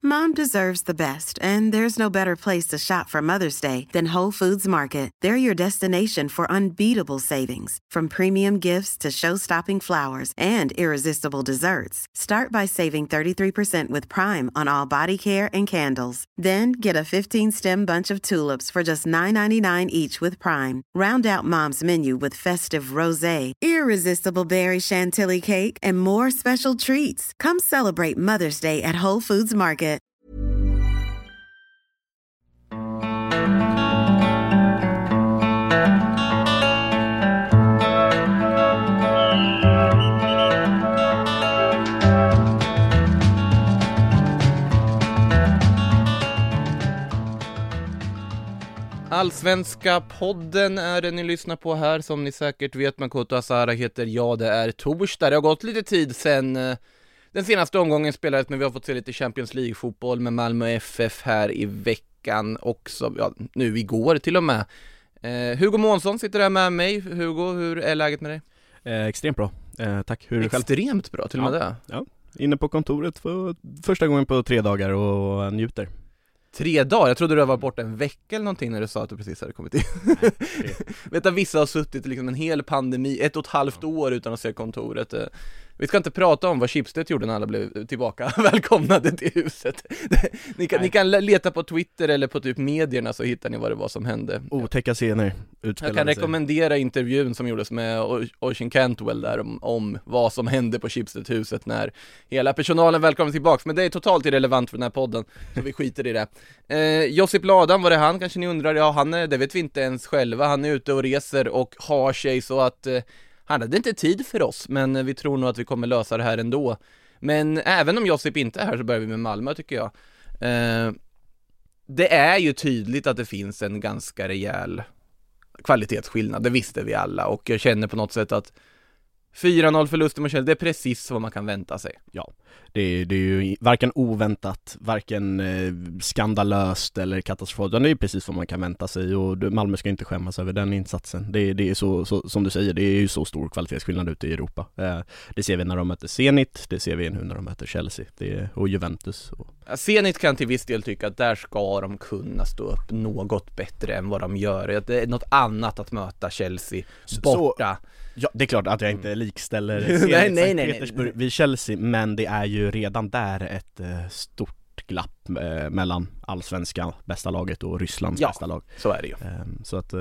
Mom deserves the best, and there's no better place to shop for Mother's Day than Whole Foods Market. They're your destination for unbeatable savings, from premium gifts to show-stopping flowers and irresistible desserts. Start by saving 33% with Prime on all body care and candles. Then get a 15-stem bunch of tulips for just $9.99 each with Prime. Round out Mom's menu with festive rosé, irresistible berry chantilly cake, and more special treats. Come celebrate Mother's Day at Whole Foods Market. Allsvenska podden är det ni lyssnar på här. Som ni säkert vet, Makoto Asara heter jag. Det är torsdag. Det har gått lite tid sen den senaste omgången spelades, men vi har fått se lite Champions League-fotboll med Malmö FF här i veckan också. Ja, nu igår till och med. Hugo Månsson sitter där med mig. Hugo, hur är läget med dig? Extremt bra. Tack. Hur är det själv? Extremt bra, till och med det. Ja, inne på kontoret för första gången på 3 dagar och njuter. 3 dagar? Jag trodde du var borta en vecka eller någonting när du sa att du precis hade kommit in. Vet att vissa har suttit liksom en hel pandemi, 1,5 år utan att se kontoret. Vi ska inte prata om vad Schibsted gjorde när alla blev tillbaka välkomnade till huset. Ni kan leta på Twitter eller på typ medierna, så hittar ni vad det var som hände. Otäcka scener. Jag kan rekommendera intervjun som gjordes med Oisin Cantwell där om vad som hände på Schibsted-huset när hela personalen välkomnade tillbaka. Men det är totalt irrelevant för den här podden, så vi skiter i det. Josip Ladan, var det han? Kanske ni undrar. Ja, det vet vi inte ens själva. Han är ute och reser och har sig så att... Han hade inte tid för oss, men vi tror nog att vi kommer lösa det här ändå. Men även om Josip inte är här så börjar vi med Malmö, tycker jag. Det är ju tydligt att det finns en ganska rejäl kvalitetsskillnad. Det visste vi alla, och jag känner på något sätt att 4-0 förluster mot Chelsea, det är precis vad man kan vänta sig. Ja, det är ju varken oväntat, varken skandalöst eller katastrofalt. Det är precis vad man kan vänta sig, och Malmö ska inte skämmas över den insatsen. Det är så som du säger, det är ju så stor kvalitetsskillnad ute i Europa. Det ser vi när de möter Zenit, det ser vi nu när de möter Chelsea och Juventus. Zenit kan till viss del tycka att där ska de kunna stå upp något bättre än vad de gör. Det är något annat att möta Chelsea borta. Ja, det är klart att jag inte likställer nej. Petersburg vid Chelsea, men det är ju redan där ett stort glapp mellan allsvenska bästa laget och Rysslands bästa lag. Så är det ju. Så att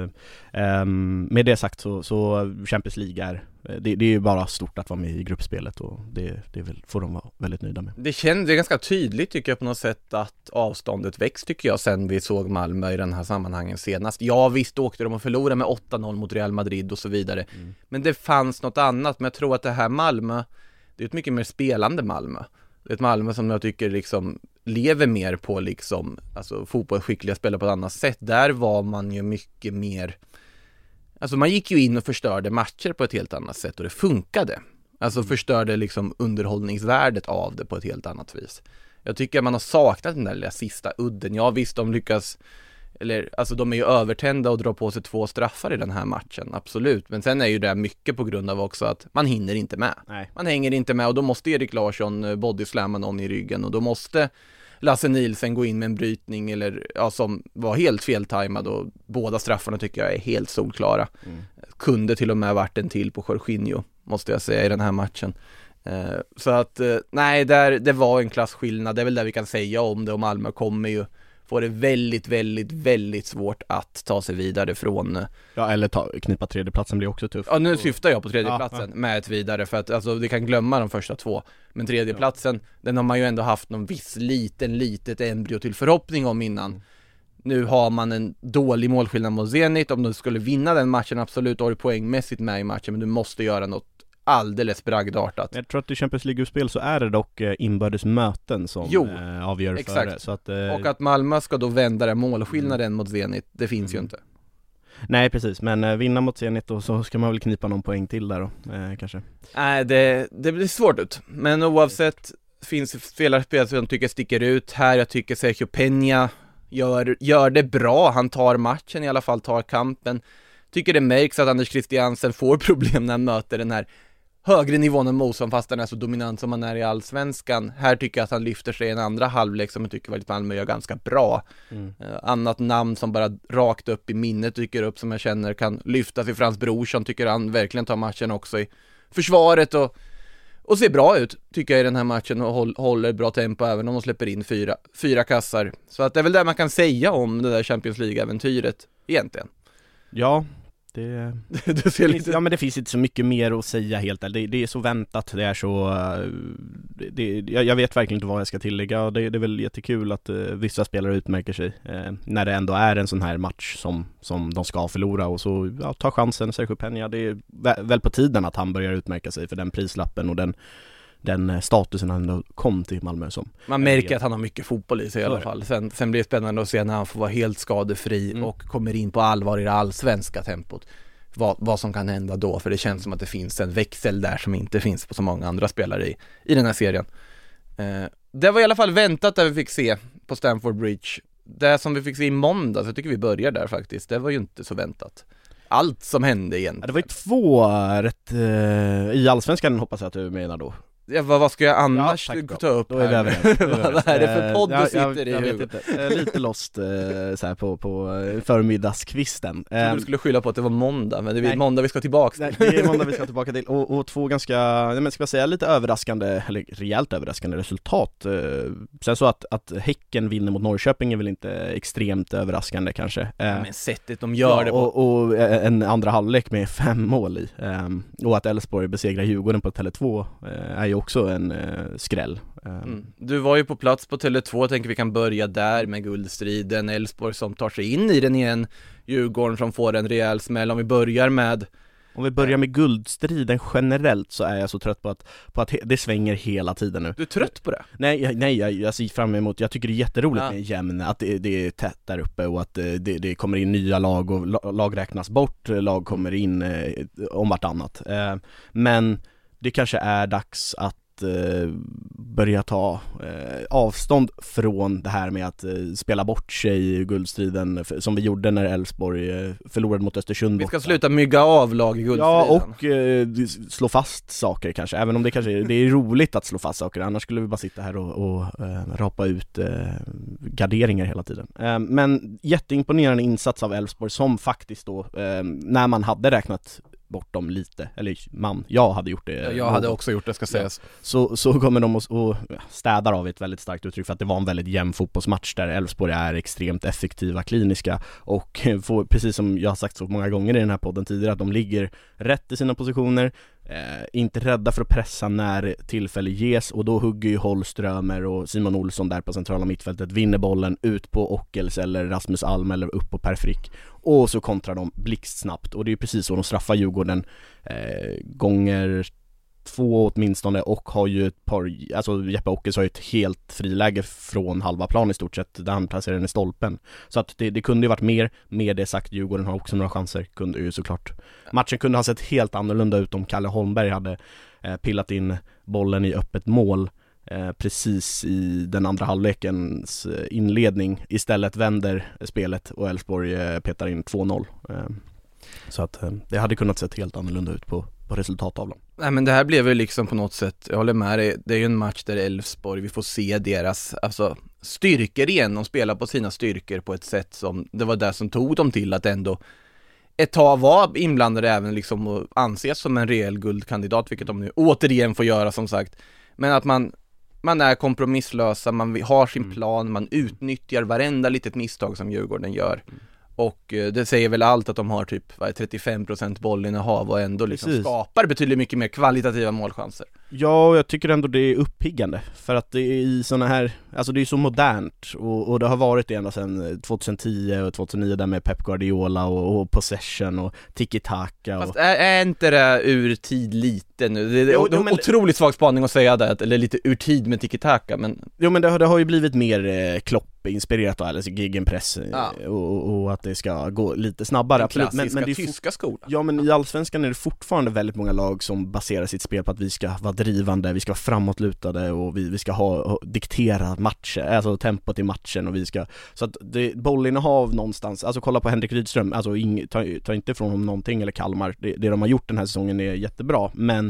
med det sagt så Champions League är det är ju bara stort att vara med i gruppspelet, och det får de vara väldigt nöjda med. Det är ganska tydligt, tycker jag, på något sätt att avståndet växt, tycker jag, sen vi såg Malmö i den här sammanhangen senast. Ja, visst åkte de och förlorade med 8-0 mot Real Madrid och så vidare. Men det fanns något annat. Men jag tror att det här Malmö, det är ett mycket mer spelande Malmö. Det är ett Malmö som jag tycker liksom lever mer på liksom, alltså fotbollsskickliga spelare på ett annat sätt. Där var man ju mycket mer... Alltså man gick ju in och förstörde matcher på ett helt annat sätt, och det funkade. Alltså förstörde liksom underhållningsvärdet av det på ett helt annat vis. Jag tycker att man har saknat den där lilla sista udden. Ja, visst, de lyckas... Eller, alltså de är ju övertända och drar på sig 2 straffar i den här matchen, absolut. Men sen är ju det mycket på grund av också att man hinner inte med. Nej. Man hänger inte med, och då måste Erik Larsson bodyslamma någon i ryggen, och då måste Lasse Nielsen gå in med en brytning eller, ja, som var helt feltajmad, och båda straffarna tycker jag är helt solklara. Kunde till och med varit en till på Jorginho, måste jag säga, i den här matchen. Så att, nej, det var en klassskillnad. Det är väl det vi kan säga om det, och Malmö kommer ju får det väldigt, väldigt, väldigt svårt att ta sig vidare från... Ja, eller knipa tredjeplatsen blir också tufft. Ja, nu syftar jag på tredjeplatsen med ett vidare, för att alltså, vi kan glömma de första 2. Men tredjeplatsen, den har man ju ändå haft någon viss litet embryo till förhoppning om innan. Nu har man en dålig målskillnad mot Zenit. Om du skulle vinna den matchen, absolut, har du poängmässigt med i matchen, men du måste göra något alldeles bragdartat. Jag tror att i Champions League-spel så är det dock inbördes möten som avgör exakt. För det. Så att, och att Malmö ska då vända den målskillnaden mot Zenit, det finns ju inte. Nej, precis. Men vinna mot Zenit och så ska man väl knipa någon poäng till där då, kanske. Nej, det blir svårt ut. Men oavsett finns spelare som tycker sticker ut här. Jag tycker Sergio Peña gör det bra. Han tar matchen, i alla fall tar kampen. Tycker det märks att Anders Christiansen får problem när han möter den här högre nivån än Mosson fast han är så dominant som han är i allsvenskan. Här tycker jag att han lyfter sig i en andra halvlek som jag tycker var lite Malmö gör ganska bra. Annat namn som bara rakt upp i minnet dyker upp som jag känner kan lyftas i Frans Brorsson, tycker han verkligen tar matchen också i försvaret och ser bra ut tycker jag i den här matchen och håller bra tempo även om de släpper in fyra kassar. Så att det är väl det man kan säga om det där Champions League-äventyret egentligen. Ja, Du ser lite... Ja, men det finns inte så mycket mer att säga helt ärligt. Det är så väntat, det är så jag vet verkligen inte vad jag ska tillägga och det är väl jättekul att vissa spelare utmärker sig när det ändå är en sån här match som de ska förlora och så ta chansen. Sergio Peña, det är väl på tiden att han börjar utmärka sig för den prislappen och den statusen han ändå kom till Malmö som. Man märker att han har mycket fotboll i sig i alla fall. Sen blir det spännande att se när han får vara helt skadefri och kommer in på allvar i det allsvenska tempot. Vad som kan hända då, för det känns som att det finns en växel där som inte finns på så många andra spelare i den här serien. Det var i alla fall väntat det vi fick se på Stamford Bridge. Det som vi fick se i måndag, så jag tycker vi börjar där faktiskt. Det var ju inte så väntat. Allt som hände egentligen. Det var ju 2 rätt i allsvenskan, hoppas jag att du menar då. Ja, vad ska jag annars ta upp då är här? Vad är det för podd du sitter i? Jag vet inte. Lite lost så här på förmiddagskvisten. Jag trodde du skulle skylla på att det var månda, men det är måndag vi ska tillbaka till. Nej, det är måndag vi ska tillbaka till. Och 2 ganska, men ska jag säga lite överraskande, eller rejält överraskande resultat. Sen så att Häcken vinner mot Norrköping är väl inte extremt överraskande kanske. Men sättet de gör det på. Och en andra halvlek med 5 mål i. Och att Elfsborg besegrar Djurgården på Tele2 är ju också en skräll. Du var ju på plats på Tele2, tänker vi kan börja där med guldstriden. Elfsborg som tar sig in i den igen, Djurgården som får en rejäl smäll. Om vi börjar med guldstriden generellt så är jag så trött på att det svänger hela tiden nu. Du är trött på det? Nej, jag ser fram emot. Jag tycker det är jätteroligt med jämn, att det är tätt där uppe och att det kommer in nya lag och lag räknas bort, lag kommer in om vartannat. Men det kanske är dags att börja ta avstånd från det här med att spela bort sig i guldstriden som vi gjorde när Elfsborg förlorade mot Östersund. Vi ska sluta mygga av lag i guldstriden. Ja, och slå fast saker kanske, även om det är roligt att slå fast saker, annars skulle vi bara sitta här och rapa ut garderingar hela tiden. Men jätteimponerande insats av Elfsborg som faktiskt då, när man hade räknat bort dem lite, eller jag hade gjort det. Jag hade också gjort det, ska sägas. Så kommer de och städar av ett väldigt starkt uttryck för att det var en väldigt jämn fotbollsmatch där Elfsborg är extremt effektiva, kliniska och får, precis som jag har sagt så många gånger i den här podden tidigare, att de ligger rätt i sina positioner, inte rädda för att pressa när tillfälle ges, och då hugger ju Holströmer och Simon Olsson där på centrala mittfältet, vinner bollen ut på Ockels eller Rasmus Alm eller upp på Per Frick, och så kontrar de blixtsnabbt, och det är ju precis så de straffar Djurgården gånger 2 åtminstone, och har ju ett par, alltså Jeppe Ockels har ju ett helt friläge från halva plan i stort sett där han placerar den i stolpen, så att det kunde ju varit mer. Med det sagt, Djurgården har också några chanser, kunde ju såklart. Matchen kunde ha sett helt annorlunda ut om Kalle Holmberg hade pillat in bollen i öppet mål precis i den andra halvlekens inledning. Istället vänder spelet och Elfsborg petar in 2-0. Så att det hade kunnat sett helt annorlunda ut på resultattavlan. Nej, men det här blev ju liksom på något sätt, jag håller med dig, det är ju en match där Elfsborg, vi får se deras styrkor igen, de spelar på sina styrkor på ett sätt som, det var det som tog dem till att ändå ett tag var inblandade även liksom och anses som en rejäl guldkandidat, vilket de nu återigen får göra som sagt, men att man är kompromisslösa, man har sin plan, man utnyttjar varenda litet misstag som Djurgården gör. Och det säger väl allt att de har typ 35% bollinnehav och ändå liksom skapar betydligt mycket mer kvalitativa målchanser. Ja, jag tycker ändå det är uppiggande, för att det är i såna här, alltså det är så modernt och det har varit det ända sedan 2010 och 2009 där med Pep Guardiola och possession och tiki-taka. Fast är inte det ur tid lite nu? Det är otroligt svag spaning att säga det, eller lite ur tid med tiki-taka, men... Jo, men det har ju blivit mer Klopp-inspirerat av, alltså gegenpress och att det ska gå lite snabbare. Absolut. Men det är tyska skolan. Ja, men i Allsvenskan är det fortfarande väldigt många lag som baserar sitt spel på att vi ska vara drivande, vi ska vara framåtlutade och vi ska diktera matcher, alltså tempot i matchen, och vi ska, så att bollinnehav någonstans, alltså kolla på Henrik Rydström, alltså ta inte från honom någonting, eller Kalmar, det de har gjort den här säsongen är jättebra, men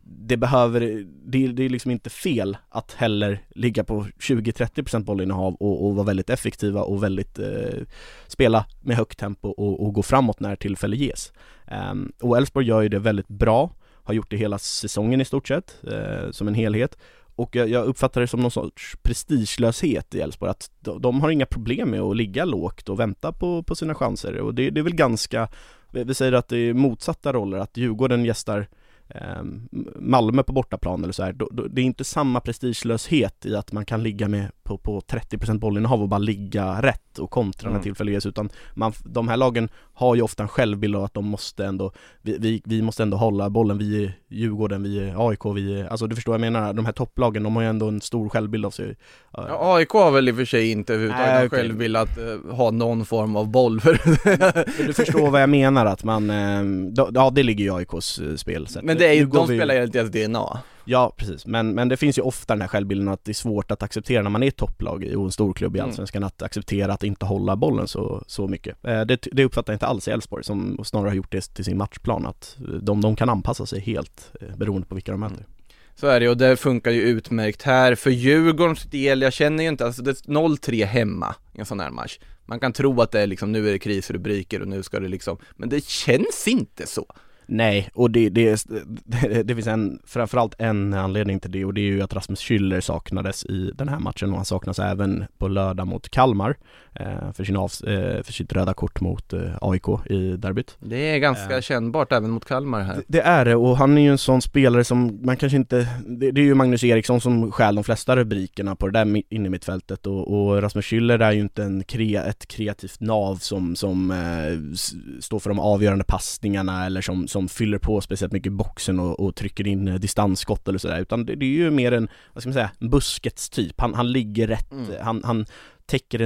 det är liksom inte fel att heller ligga på 20-30% bollinnehav och vara väldigt effektiva och väldigt spela med högt tempo och gå framåt när tillfälle ges. Och Elfsborg gör ju det väldigt bra, har gjort det hela säsongen i stort sett som en helhet. Och jag uppfattar det som någon sorts prestigelöshet i Elfsborg, att de har inga problem med att ligga lågt och vänta på sina chanser. Och det är väl ganska, vi säger att det är motsatta roller, att Djurgården gästar Malmö på bortaplan eller så här. Det är inte samma prestigelöshet i att man kan ligga med på 30% bollinnehav och bara ligga rätt och kontra när tillfälle ges, utan de här lagen har ju ofta en självbild av att de måste ändå vi måste ändå hålla bollen, vi är Djurgården, vi är AIK, alltså du förstår vad jag menar, de här topplagen, de har ju ändå en stor självbild av sig. Ja, AIK har väl i och för sig inte överhuvudtaget självbild att ha någon form av boll för du förstår vad jag menar, att man det ligger ju i AIKs spelsätt. Men det är ju, de spelar ju deras DNA. Ja, precis. Men det finns ju ofta den här självbilden att det är svårt att acceptera när man är topplag och en stor klubb i Allsvenskan, att acceptera att inte hålla bollen så mycket. Det uppfattar jag inte alls i Elfsborg, som snarare har gjort det till sin matchplan, att de kan anpassa sig helt beroende på vilka de möter. Så är det, och det funkar ju utmärkt här. För Djurgårdens del, jag känner ju inte, alltså det är 0-3 hemma i en sån här match. Man kan tro att det är liksom, nu är det krisrubriker och nu ska det liksom, men det känns inte så. Nej, och det finns framförallt en anledning till det, och det är ju att Rasmus Schüller saknades i den här matchen, och han saknas även på lördag mot Kalmar för sitt röda kort mot AIK i derbyt. Det är ganska kännbart även mot Kalmar här. Det är det, och han är ju en sån spelare som man kanske inte, det är ju Magnus Eriksson som skäl de flesta rubrikerna på det där inne i mittfältet, och Rasmus Schüller är ju inte ett kreativt nav som står för de avgörande passningarna eller som fyller på speciellt mycket boxen och trycker in distansskott eller sådär, utan det är ju mer en, vad ska man säga, en buskets typ. Han ligger rätt, han täcker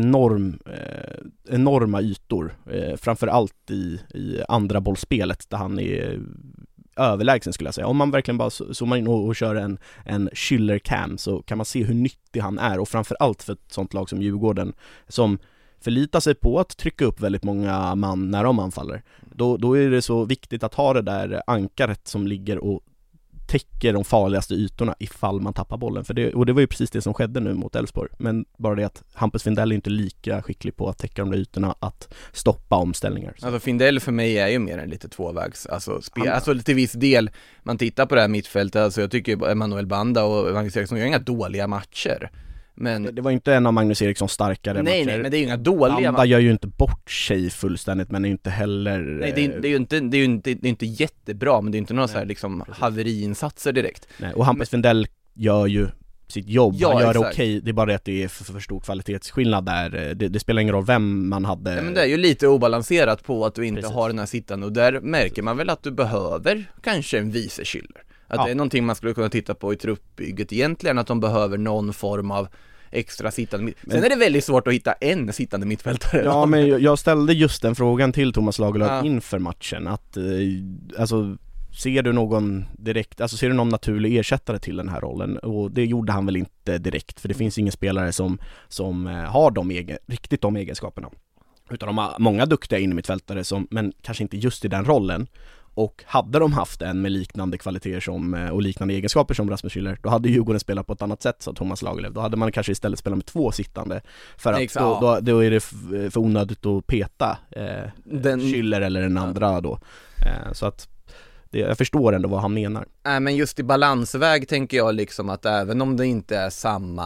enorma ytor, framförallt i andra bollspelet där han är överlägsen, skulle jag säga. Om man verkligen bara zoomar in och kör en Schüller cam, så kan man se hur nyttig han är, och framförallt för ett sånt lag som Djurgården som förlitar sig på att trycka upp väldigt många man när de anfaller. Då är det så viktigt att ha det där ankaret som ligger och täcker de farligaste ytorna ifall man tappar bollen. Det var ju precis det som skedde nu mot Elfsborg. Men bara det att Hampus Findell är inte lika skicklig på att täcka de där ytorna, att stoppa omställningar. Alltså Findell för mig är ju mer en lite tvåvägs, alltså till viss del. Man tittar på det här mittfältet, alltså jag tycker Emanuel Banda och Magnus Eriksson gör inga dåliga matcher. Men det var inte en av Magnus Erikssons starkare matcher. Nej, men det är ju inga dåliga. Banda gör ju inte bort sig fullständigt, men är inte heller. Nej, det är ju inte jättebra, men det är inte några så här liksom haveriinsatser direkt. Nej, och Hampus Findell gör ju sitt jobb. Ja, han gör exakt. det okej. Det är bara det att det är för stor kvalitetsskillnad där. Det spelar ingen roll vem man hade. Ja, men det är ju lite obalanserat på att du inte har den här sittande, och där märker man väl att du behöver kanske en vice Schüller. Att det är någonting man skulle kunna titta på i truppbygget egentligen, att de behöver någon form av extra sittande Sen är det väldigt svårt att hitta en sittande mittfältare. Ja, men jag ställde just den frågan till Thomas Lagerlöf inför matchen, att alltså, ser du någon direkt, alltså ser du någon naturlig ersättare till den här rollen? Och det gjorde han väl inte direkt, för det finns ingen spelare som har riktigt de egenskaperna. Utan de har många duktiga innermittfältare men kanske inte just i den rollen. Och hade de haft en med liknande kvaliteter och liknande egenskaper som Rasmus Schüller, då hade Djurgården spelat på ett annat sätt, sa Thomas Lagerlöf. Då hade man kanske istället spelat med 2 sittande, för att då är det för onödigt att peta Schüller eller den andra då. Så att jag förstår ändå vad han menar. Men just i balansväg tänker jag liksom att även om det inte är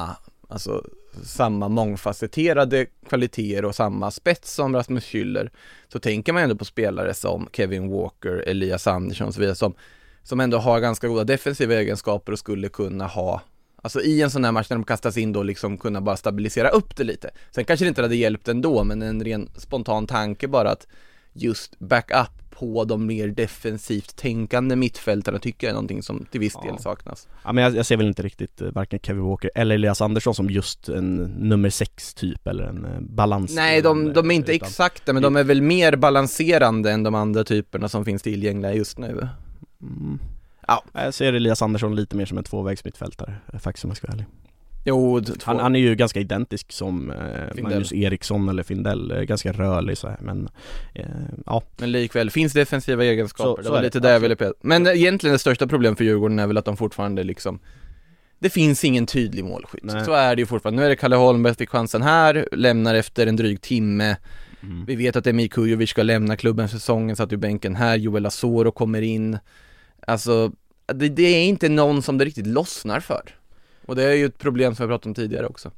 samma mångfacetterade kvaliteter och samma spets som Rasmus Schüller, så tänker man ändå på spelare som Kevin Walker, Elias Andersson och så vidare, som ändå har ganska goda defensiva egenskaper och skulle kunna ha, alltså i en sån här match när de kastas in då, liksom kunna bara stabilisera upp det lite. Sen kanske det inte hade hjälpt ändå, men en ren spontan tanke bara att just backup på de mer defensivt tänkande mittfältarna tycker jag är någonting som till viss del saknas. Ja, men jag ser väl inte riktigt varken Kevin Walker eller Elias Andersson som just en nummer 6 typ, eller en balans. Nej, de är inte exakta, men de är väl mer balanserande än de andra typerna som finns tillgängliga just nu. Ja. Jag ser Elias Andersson lite mer som en tvåvägs mittfältare, faktiskt, om jag ska vara ärlig. Jo, han är ju ganska identisk som Findell. Magnus Eriksson eller Findell, ganska rörlig så här, men ja. Men likväl finns defensiva egenskaper. Så det var lite där jag ville peta. Men egentligen det största problemet för Djurgården är väl att de fortfarande liksom, det finns ingen tydlig målskytt. Nej. Så är det ju fortfarande. Nu är det Kalle Holmberg fick chansen här, lämnar efter en dryg timme. Vi vet att Emil Kujovic ska lämna klubben för säsongen, satt ju bänken här. Joel Asoro kommer in. Alltså, det är inte någon som det riktigt lossnar för. Och det är ju ett problem som jag pratade om tidigare också.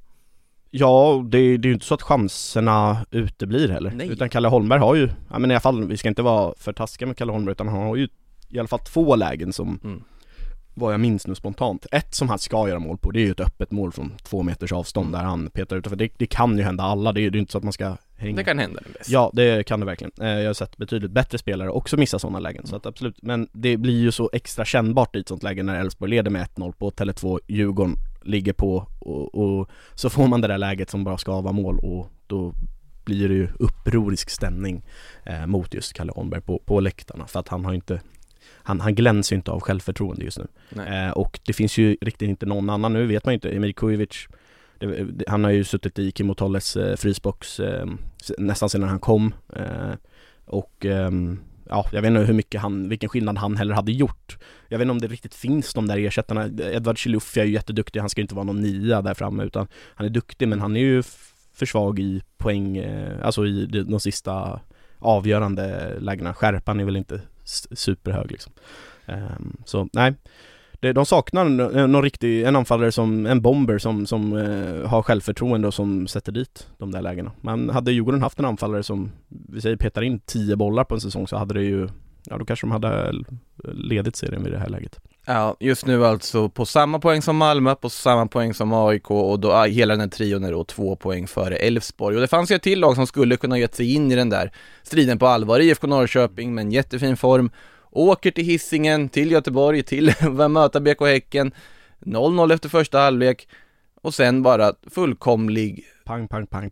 Ja, det är ju inte så att chanserna uteblir heller. Nej. Utan Kalle Holmberg har ju, ja men i alla fall, vi ska inte vara för taskiga med Kalle Holmberg, utan han har ju i alla fall 2 lägen som vad jag minns nu spontant. Ett som han ska göra mål på, det är ju ett öppet mål från 2 meters avstånd där han petar utanför. Det kan ju hända alla, det är ju inte så att man ska hänga. Det kan hända den bäst. Ja, det kan det verkligen. Jag har sett betydligt bättre spelare också missa sådana lägen, så att absolut. Men det blir ju så extra kännbart i ett sånt läge när Elfsborg leder med 1-0 på Tele2, Djurgården ligger på och så får man det där läget som bara ska vara mål, och då blir det ju upprorisk stämning mot just Kalle Holmberg på läktarna, för att han har inte han glänser ju inte av självförtroende just nu. Och det finns ju riktigt inte någon annan, nu vet man ju inte. Emil Kujovic, han har ju suttit i Kim Otolles frysbox nästan sedan han kom, och ja, jag vet inte hur mycket vilken skillnad han heller hade gjort. Jag vet inte om det riktigt finns de där ersättarna. Edvard Chilufya är ju jätteduktig, han ska ju inte vara någon 9 där framme, utan han är duktig, men han är ju för svag i poäng, alltså i de sista avgörande lägena. Skärpan är väl inte superhög liksom. Så nej, de saknar en anfallare som en bomber som har självförtroende och som sätter dit de där lägena. Men hade Djurgården haft en anfallare som vi säger petar in 10 bollar på en säsong, så hade det ju, ja då kanske de hade ledigt serien vid det här läget. Ja, just nu alltså på samma poäng som Malmö, på samma poäng som AIK, och då hela den här trion är då 2 poäng före Elfsborg. Och det fanns ju ett till lag som skulle kunna ge sig in i den där striden på allvar, IFK Norrköping med en jättefin form. Åker till Hisingen, till Göteborg, till att möta BK Häcken. 0-0 efter första halvlek. Och sen bara fullkomlig pang.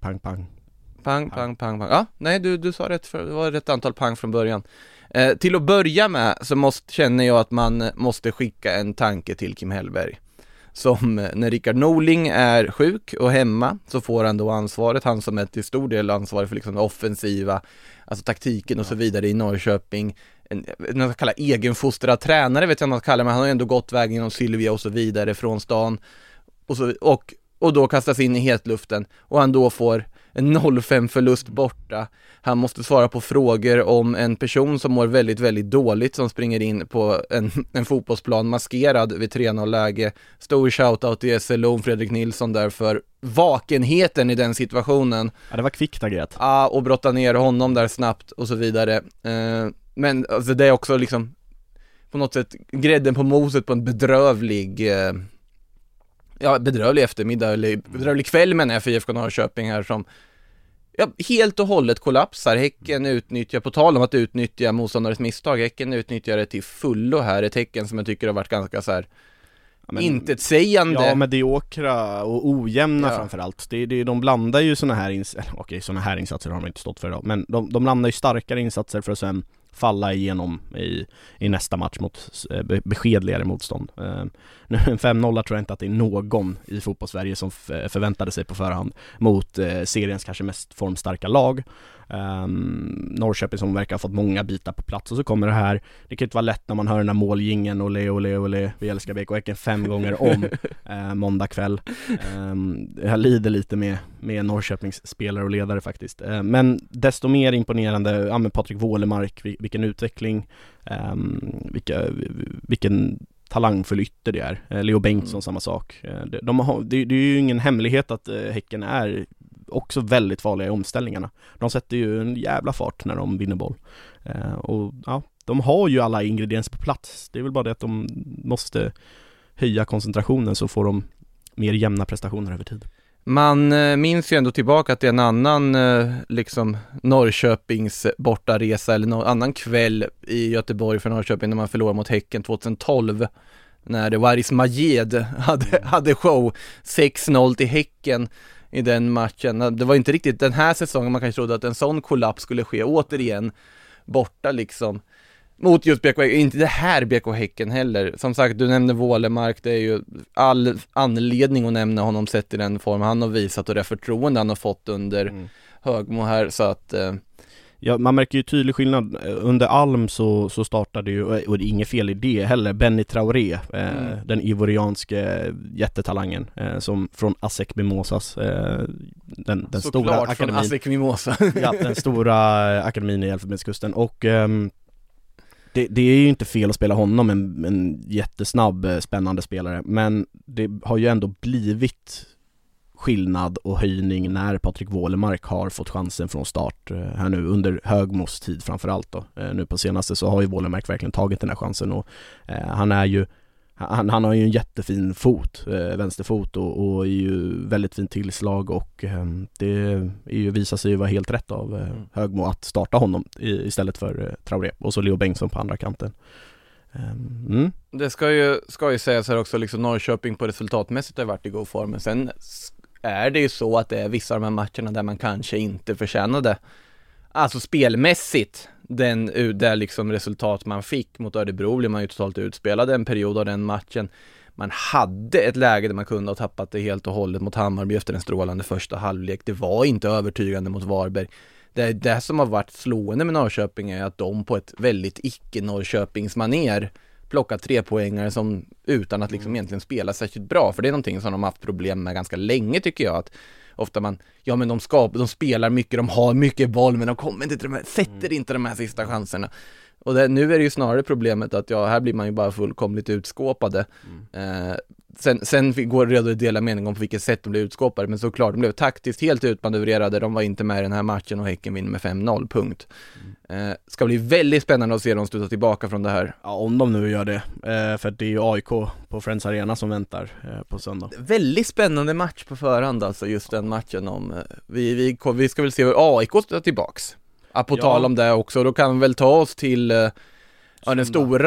Pang. Ja, nej, du sa rätt, det var rätt antal pang från början. Till att börja med så känner jag att man måste skicka en tanke till Kim Hellberg. Som när Rickard Norling är sjuk och hemma, så får han då ansvaret, han som är till stor del ansvarig för liksom offensiva, alltså taktiken och så vidare i Norrköping. En kallar egenfostrad tränare, vet jag inte vad man kallar, men han har ändå gått vägen genom Sylvia och så vidare från stan. Och då kastas in i hetluften, och han då får en 0-5 förlust borta. Han måste svara på frågor om en person som mår väldigt, väldigt dåligt, som springer in på en fotbollsplan maskerad vid 3-0-läge. Stor shoutout till SLO Fredrik Nilsson där för vakenheten i den situationen. Ja, det var kvickt agerat. Ja, och brotta ner honom där snabbt och så vidare. Men alltså, det är också liksom på något sätt grädden på moset på en bedrövlig eftermiddag, eller bedrövlig kväll menar jag för IFK Norrköping här, som helt och hållet kollapsar. Häcken utnyttjar, på tal om att utnyttja motståndares misstag, Häcken utnyttjar det till fullo här, ett Häcken som jag tycker har varit ganska så här intetsägande. Ja, mediokra och ojämna framförallt. De blandar ju såna här såna här insatser har de inte stått för idag, men de blandar ju starkare insatser för att sen falla igenom i nästa match mot beskedligare motstånd. Nu en 5-0 tror jag inte att det är någon i fotbollssverige som förväntade sig på förhand mot seriens kanske mest formstarka lag. Norrköping som verkar ha fått många bitar på plats, och så kommer det här. Det kan inte vara lätt när man hör den här målgingen ole, vi älskar BK Häcken 5 gånger om måndag kväll. Jag lider lite med Norrköpings spelare och ledare faktiskt. Men desto mer imponerande med Patrik Wålemark, vilken utveckling, vilken talangfull ytter det är. Leo Bengtsson samma sak. Det är ju ingen hemlighet att Häcken är också väldigt farliga i omställningarna. De sätter ju en jävla fart när de vinner boll. Och ja, de har ju alla ingredienser på plats. Det är väl bara det att de måste höja koncentrationen, så får de mer jämna prestationer över tid. Man minns ju ändå tillbaka att det är en annan liksom Norrköpings bortaresa eller någon annan kväll i Göteborg för Norrköping när man förlorade mot Häcken 2012, när Waris Majed hade show 6-0 till Häcken i den matchen. Det var inte riktigt den här säsongen man kanske trodde att en sån kollaps skulle ske återigen borta liksom. mot just BK Häcken, inte det här BK Häcken heller. Som sagt, du nämnde Wålemark, det är ju all anledning att nämna honom sett i den form han har visat och det förtroende han har fått under Högmo här, så att ja, man märker ju tydlig skillnad. Under Alm så startade ju, och det är inget fel i det heller, Benny Traoré, den ivorianske jättetalangen som från ASEC Mimosas, den stora akademin. Från ASEC Mimosa. Ja, den stora akademin i Elfenbenskusten. Och det är ju inte fel att spela honom, en jättesnabb, spännande spelare, men det har ju ändå blivit skillnad och höjning när Patrik Wålemark har fått chansen från start här nu under Högmos tid framförallt då. Nu på senaste så har ju Wålemark verkligen tagit den här chansen, och han har ju en jättefin fot, vänsterfot, och är ju väldigt fint tillslag, och det är ju, visar sig ju vara helt rätt av Högmo att starta honom istället för Traoré, och så Leo Bengtsson på andra kanten. Det ska ju sägas här också, liksom Norrköping på resultatmässigt har varit i god form, men sen är det ju så att det är vissa av de här matcherna där man kanske inte förtjänade, alltså spelmässigt, där liksom resultat man fick mot Örebro blev man ju totalt utspelad en period av den matchen. Man hade ett läge där man kunde ha tappat det helt och hållet mot Hammarby efter en strålande första halvlek. Det var inte övertygande mot Varberg. Det som har varit slående med Norrköping är att de på ett väldigt icke-Norrköpingsmaner plockat 3-poängare som utan att liksom egentligen spela särskilt bra, för det är någonting som de har haft problem med ganska länge, tycker jag, att ofta de spelar mycket, de har mycket boll, men de kommer inte sätter inte de här sista chanserna. Och nu är det ju snarare problemet att här blir man ju bara fullkomligt utskåpade. Sen går det redan att dela mening om på vilket sätt de blev utskåpade, men såklart, de blev taktiskt helt utmanövrerade, de var inte med i den här matchen och Häcken vinner med 5-0, punkt. Ska bli väldigt spännande att se dem sluta tillbaka från det här. Ja, om de nu gör det, för det är ju AIK på Friends Arena som väntar på söndag. Väldigt spännande match på förhand, alltså just den matchen om vi ska väl se hur AIK slutar tillbaks. På tal om det också, då kan vi väl ta oss till den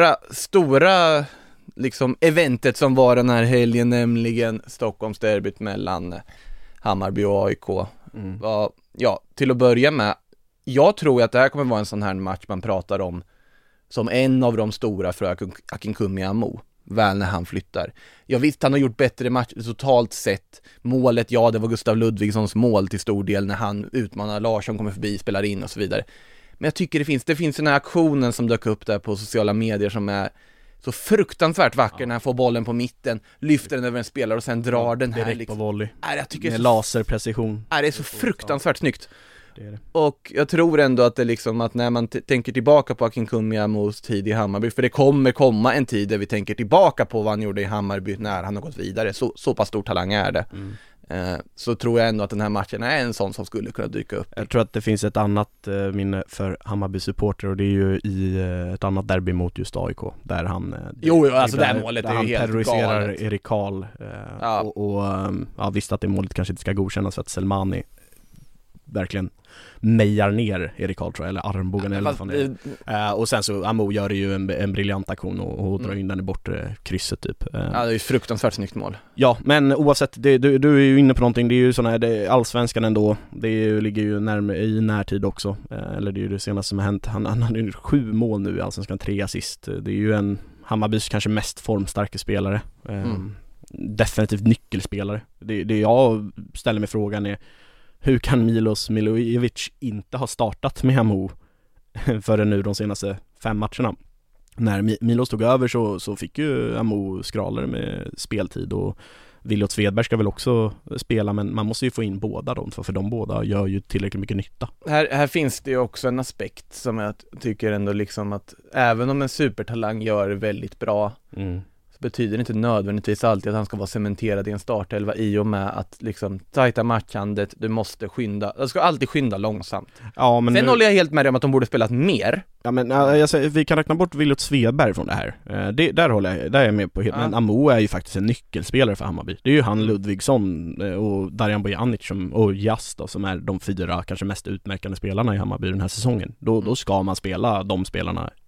stora liksom eventet som var den här helgen, nämligen Stockholmsderbyt mellan Hammarby och AIK. Till att börja med, jag tror att det här kommer vara en sån här match man pratar om som en av de stora för Akinkunmi Amo, väl när han flyttar. Jag visst, han har gjort bättre match totalt sett. Målet, det var Gustav Ludvigssons mål till stor del när han utmanar Larsson, kommer förbi, spelar in och så vidare. Men jag tycker det finns den här aktionen som dök upp där på sociala medier som är så fruktansvärt vacker, när han får bollen på mitten, lyfter den över en spelare och sen drar den här direkt på volley. Jag tycker med laserprecision. Det är så fruktansvärt snyggt. Det. Och jag tror ändå att det liksom, att när man tänker tillbaka på Akinkunmi Amos tid i Hammarby, för det kommer komma en tid där vi tänker tillbaka på vad han gjorde i Hammarby när han har gått vidare, så pass stor talang är det. Så tror jag ändå att den här matchen är en sån som skulle kunna dyka upp. Jag tror att det finns ett annat minne för Hammarby-supporter, och det är ju i ett annat derby mot just AIK, där han alltså det här målet är ju helt terroriserar galet. Erik Karl och visst att det målet kanske inte ska godkännas för att Selmani verkligen mejar ner Erik Karl, tror jag, eller armbågen och sen så Amo gör det ju en briljant aktion och drar in den i bortre krysset typ. Det är ju fruktansvärt snyggt mål. Ja, men oavsett, du är ju inne på någonting, det är ju sån här, allsvenskan ändå, ligger ju i närtid också, eller det är ju det senaste som har hänt. Han har ju 7 mål nu i allsvenskan, 3 assist. Det är ju en Hammarbys kanske mest formstarka spelare. Definitivt nyckelspelare. Det jag ställer mig frågan är, hur kan Milos Milojevic inte ha startat med Amo förrän nu de senaste 5 matcherna? När Milos tog över så fick ju Amo skralare med speltid, och Williot Svedberg ska väl också spela, men man måste ju få in båda dem, för de båda gör ju tillräckligt mycket nytta. Här finns det ju också en aspekt som jag tycker ändå liksom, att även om en supertalang gör väldigt bra, så betyder det inte nödvändigtvis alltid att han ska vara cementerad i en startelva, i och med att liksom tajta matchandet, du ska alltid skynda långsamt. Ja, men sen håller jag helt med dig om att de borde spelat mer. Ja, men jag säger, vi kan räkna bort Williot Svedberg från det här. Där är jag med på helt. Men Amo är ju faktiskt en nyckelspelare för Hammarby. Det är ju han, Ludvigsson och Darijan Bojanic och Jas då, som är de 4 kanske mest utmärkande spelarna i Hammarby den här säsongen. Då ska man spela de spelarna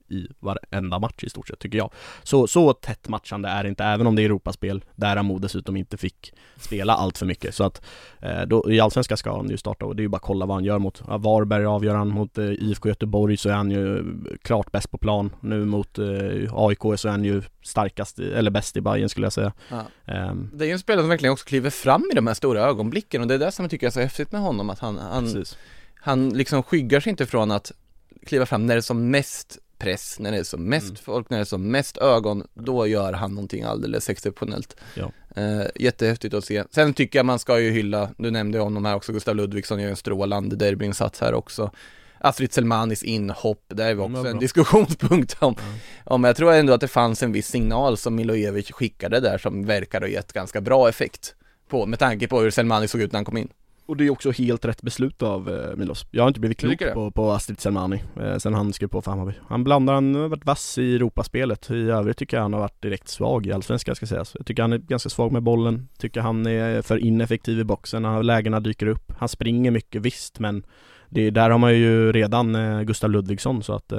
i varenda match i stort sett, tycker jag. Så tätt matchande är det inte, även om det är Europaspel där Amo dessutom inte fick spela allt för mycket. Så att då, i Allsvenskan ska han ju starta, och det är ju bara att kolla vad han gör mot Varberg. Avgör han mot IFK Göteborg så är han ju klart bäst på plan. Nu mot AIK så är han ju starkast eller bäst i Bayern, skulle jag säga. Ja. Det är ju en spelare som verkligen också kliver fram i de här stora ögonblicken, och det är det som jag tycker är så häftigt med honom, att han liksom skyggar sig inte från att kliva fram när det är som mest press, när det är som mest folk, när det är som mest ögon, då gör han någonting alldeles exceptionellt. Ja. Jättehäftigt att se. Sen tycker jag man ska ju hylla, du nämnde honom här också, Gustav Ludvigsson gör en strålande derbyinsats här också. Astrid Selmanis inhopp, det är också en diskussionspunkt om jag tror ändå att det fanns en viss signal som Milojevic skickade där som verkar ha gett ganska bra effekt på, med tanke på hur Selmani såg ut när han kom in. Och det är också helt rätt beslut av Milos. Jag har inte blivit klok på Astrid Selmani sen han skrev på för Hammarby. Han har varit vass i Europaspelet. I övrigt tycker jag han har varit direkt svag i Allsvenskan, ska sägas. Jag tycker han är ganska svag med bollen. Tycker han är för ineffektiv i boxen när lägena dyker upp. Han springer mycket, visst, men där har man ju redan Gustav Ludvigsson, så att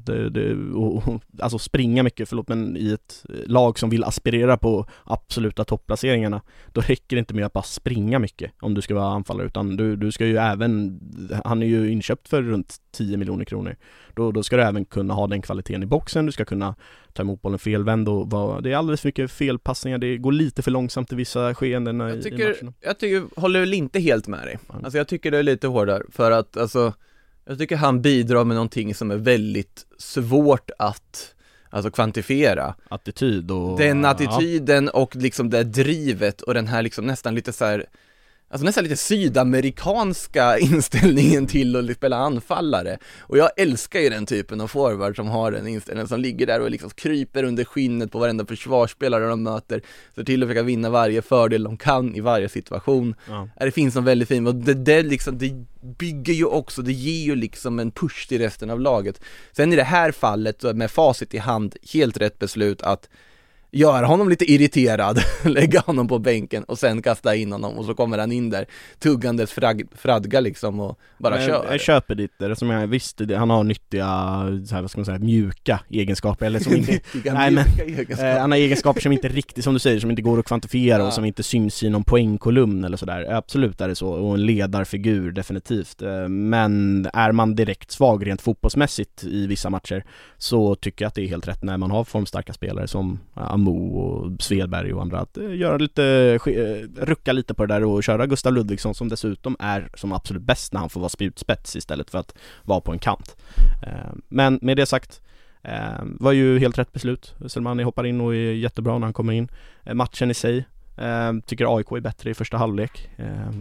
alltså springa mycket, men i ett lag som vill aspirera på absoluta topplaceringarna, då räcker det inte med att bara springa mycket om du ska vara anfallare, utan du ska ju även, han är ju inköpt för runt 10 miljoner kronor, då ska du även kunna ha den kvaliteten i boxen, du ska kunna ta emot bollen felvänd, och det är alldeles för mycket felpassningar, det går lite för långsamt i vissa skeenden i matcherna. Jag håller väl inte helt med dig. Alltså jag tycker det är lite hårdare, för att alltså, jag tycker han bidrar med någonting som är väldigt svårt att kvantifiera. Attityd och... Den attityden och liksom det drivet och den här liksom nästan lite så här, alltså nästan lite sydamerikanska inställningen till att spela anfallare. Och jag älskar ju den typen av forward som har den inställningen, som ligger där och liksom kryper under skinnet på varenda försvarsspelare de möter, så till att försöka vinna varje fördel de kan i varje situation. Ja. Det finns en väldigt fin, och det liksom, det bygger ju också, det ger ju liksom en push till resten av laget. Sen i det här fallet med facit i hand, helt rätt beslut att göra honom lite irriterad, lägga honom på bänken och sen kasta in honom, och så kommer han in där tuggandes fradga liksom och bara kör. Jag köper det som jag visste, han har nyttiga så här, vad ska man säga, mjuka egenskaper, eller som inte han har egenskaper som inte riktigt, som du säger, som inte går att kvantifiera och som inte syns i någon poängkolumn eller sådär. Absolut är det så, och en ledarfigur definitivt, men är man direkt svag rent fotbollsmässigt i vissa matcher, så tycker jag att det är helt rätt när man har formstarka spelare som Amo och Svedberg och andra att göra lite, rucka lite på det där och köra Gustav Ludvigsson, som dessutom är som absolut bäst när han får vara spjutspets istället för att vara på en kant. Men med det sagt, var ju helt rätt beslut. Selmani hoppar in och är jättebra när han kommer in. Matchen i sig, tycker AIK är bättre i första halvlek,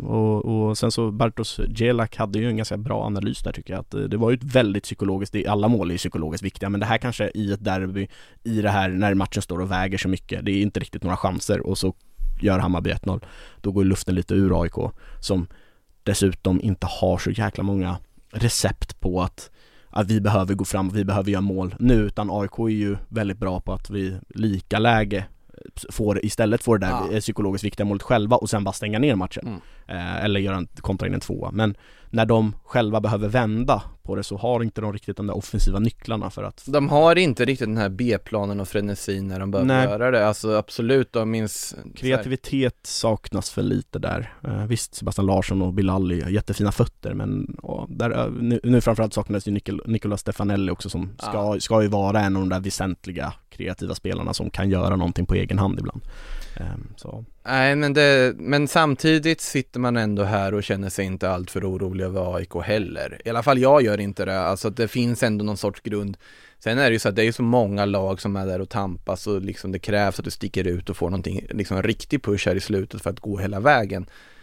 och sen så Bartosz Jelak hade ju en ganska bra analys där, tycker jag, att det var ju ett väldigt psykologiskt, alla mål är ju psykologiskt viktiga, men det här kanske i ett derby, i det här när matchen står och väger så mycket, det är inte riktigt några chanser, och så gör Hammarby 1-0, då går luften lite ur AIK, som dessutom inte har så jäkla många recept på att vi behöver gå fram, vi behöver göra mål nu, utan AIK är ju väldigt bra på att vi lika läge istället får det där psykologiskt viktiga målet själva och sen bara stänga ner matchen. Eller göra kontra in en 2. Men när de själva behöver vända på det, så har inte de riktigt de där offensiva nycklarna för att... De har inte riktigt den här B-planen och frenesin när de behöver göra det. Alltså absolut, de minns... Kreativitet saknas för lite där. Visst, Sebastian Larsson och Bilal är jättefina fötter, men där, nu framförallt saknas ju Nicolas Stefanelli också, som ska ju vara en av de där väsentliga kreativa spelarna som kan göra någonting på egen hand ibland. Så. Nej, men samtidigt sitter man ändå här och känner sig inte allt för orolig över AIK heller. I alla fall jag gör inte det. Alltså det finns ändå någon sorts grund. Sen är det ju så att det är så många lag som är där och tampas, och liksom det krävs att du sticker ut och får någonting, liksom en riktig push här i slutet för att gå hela vägen.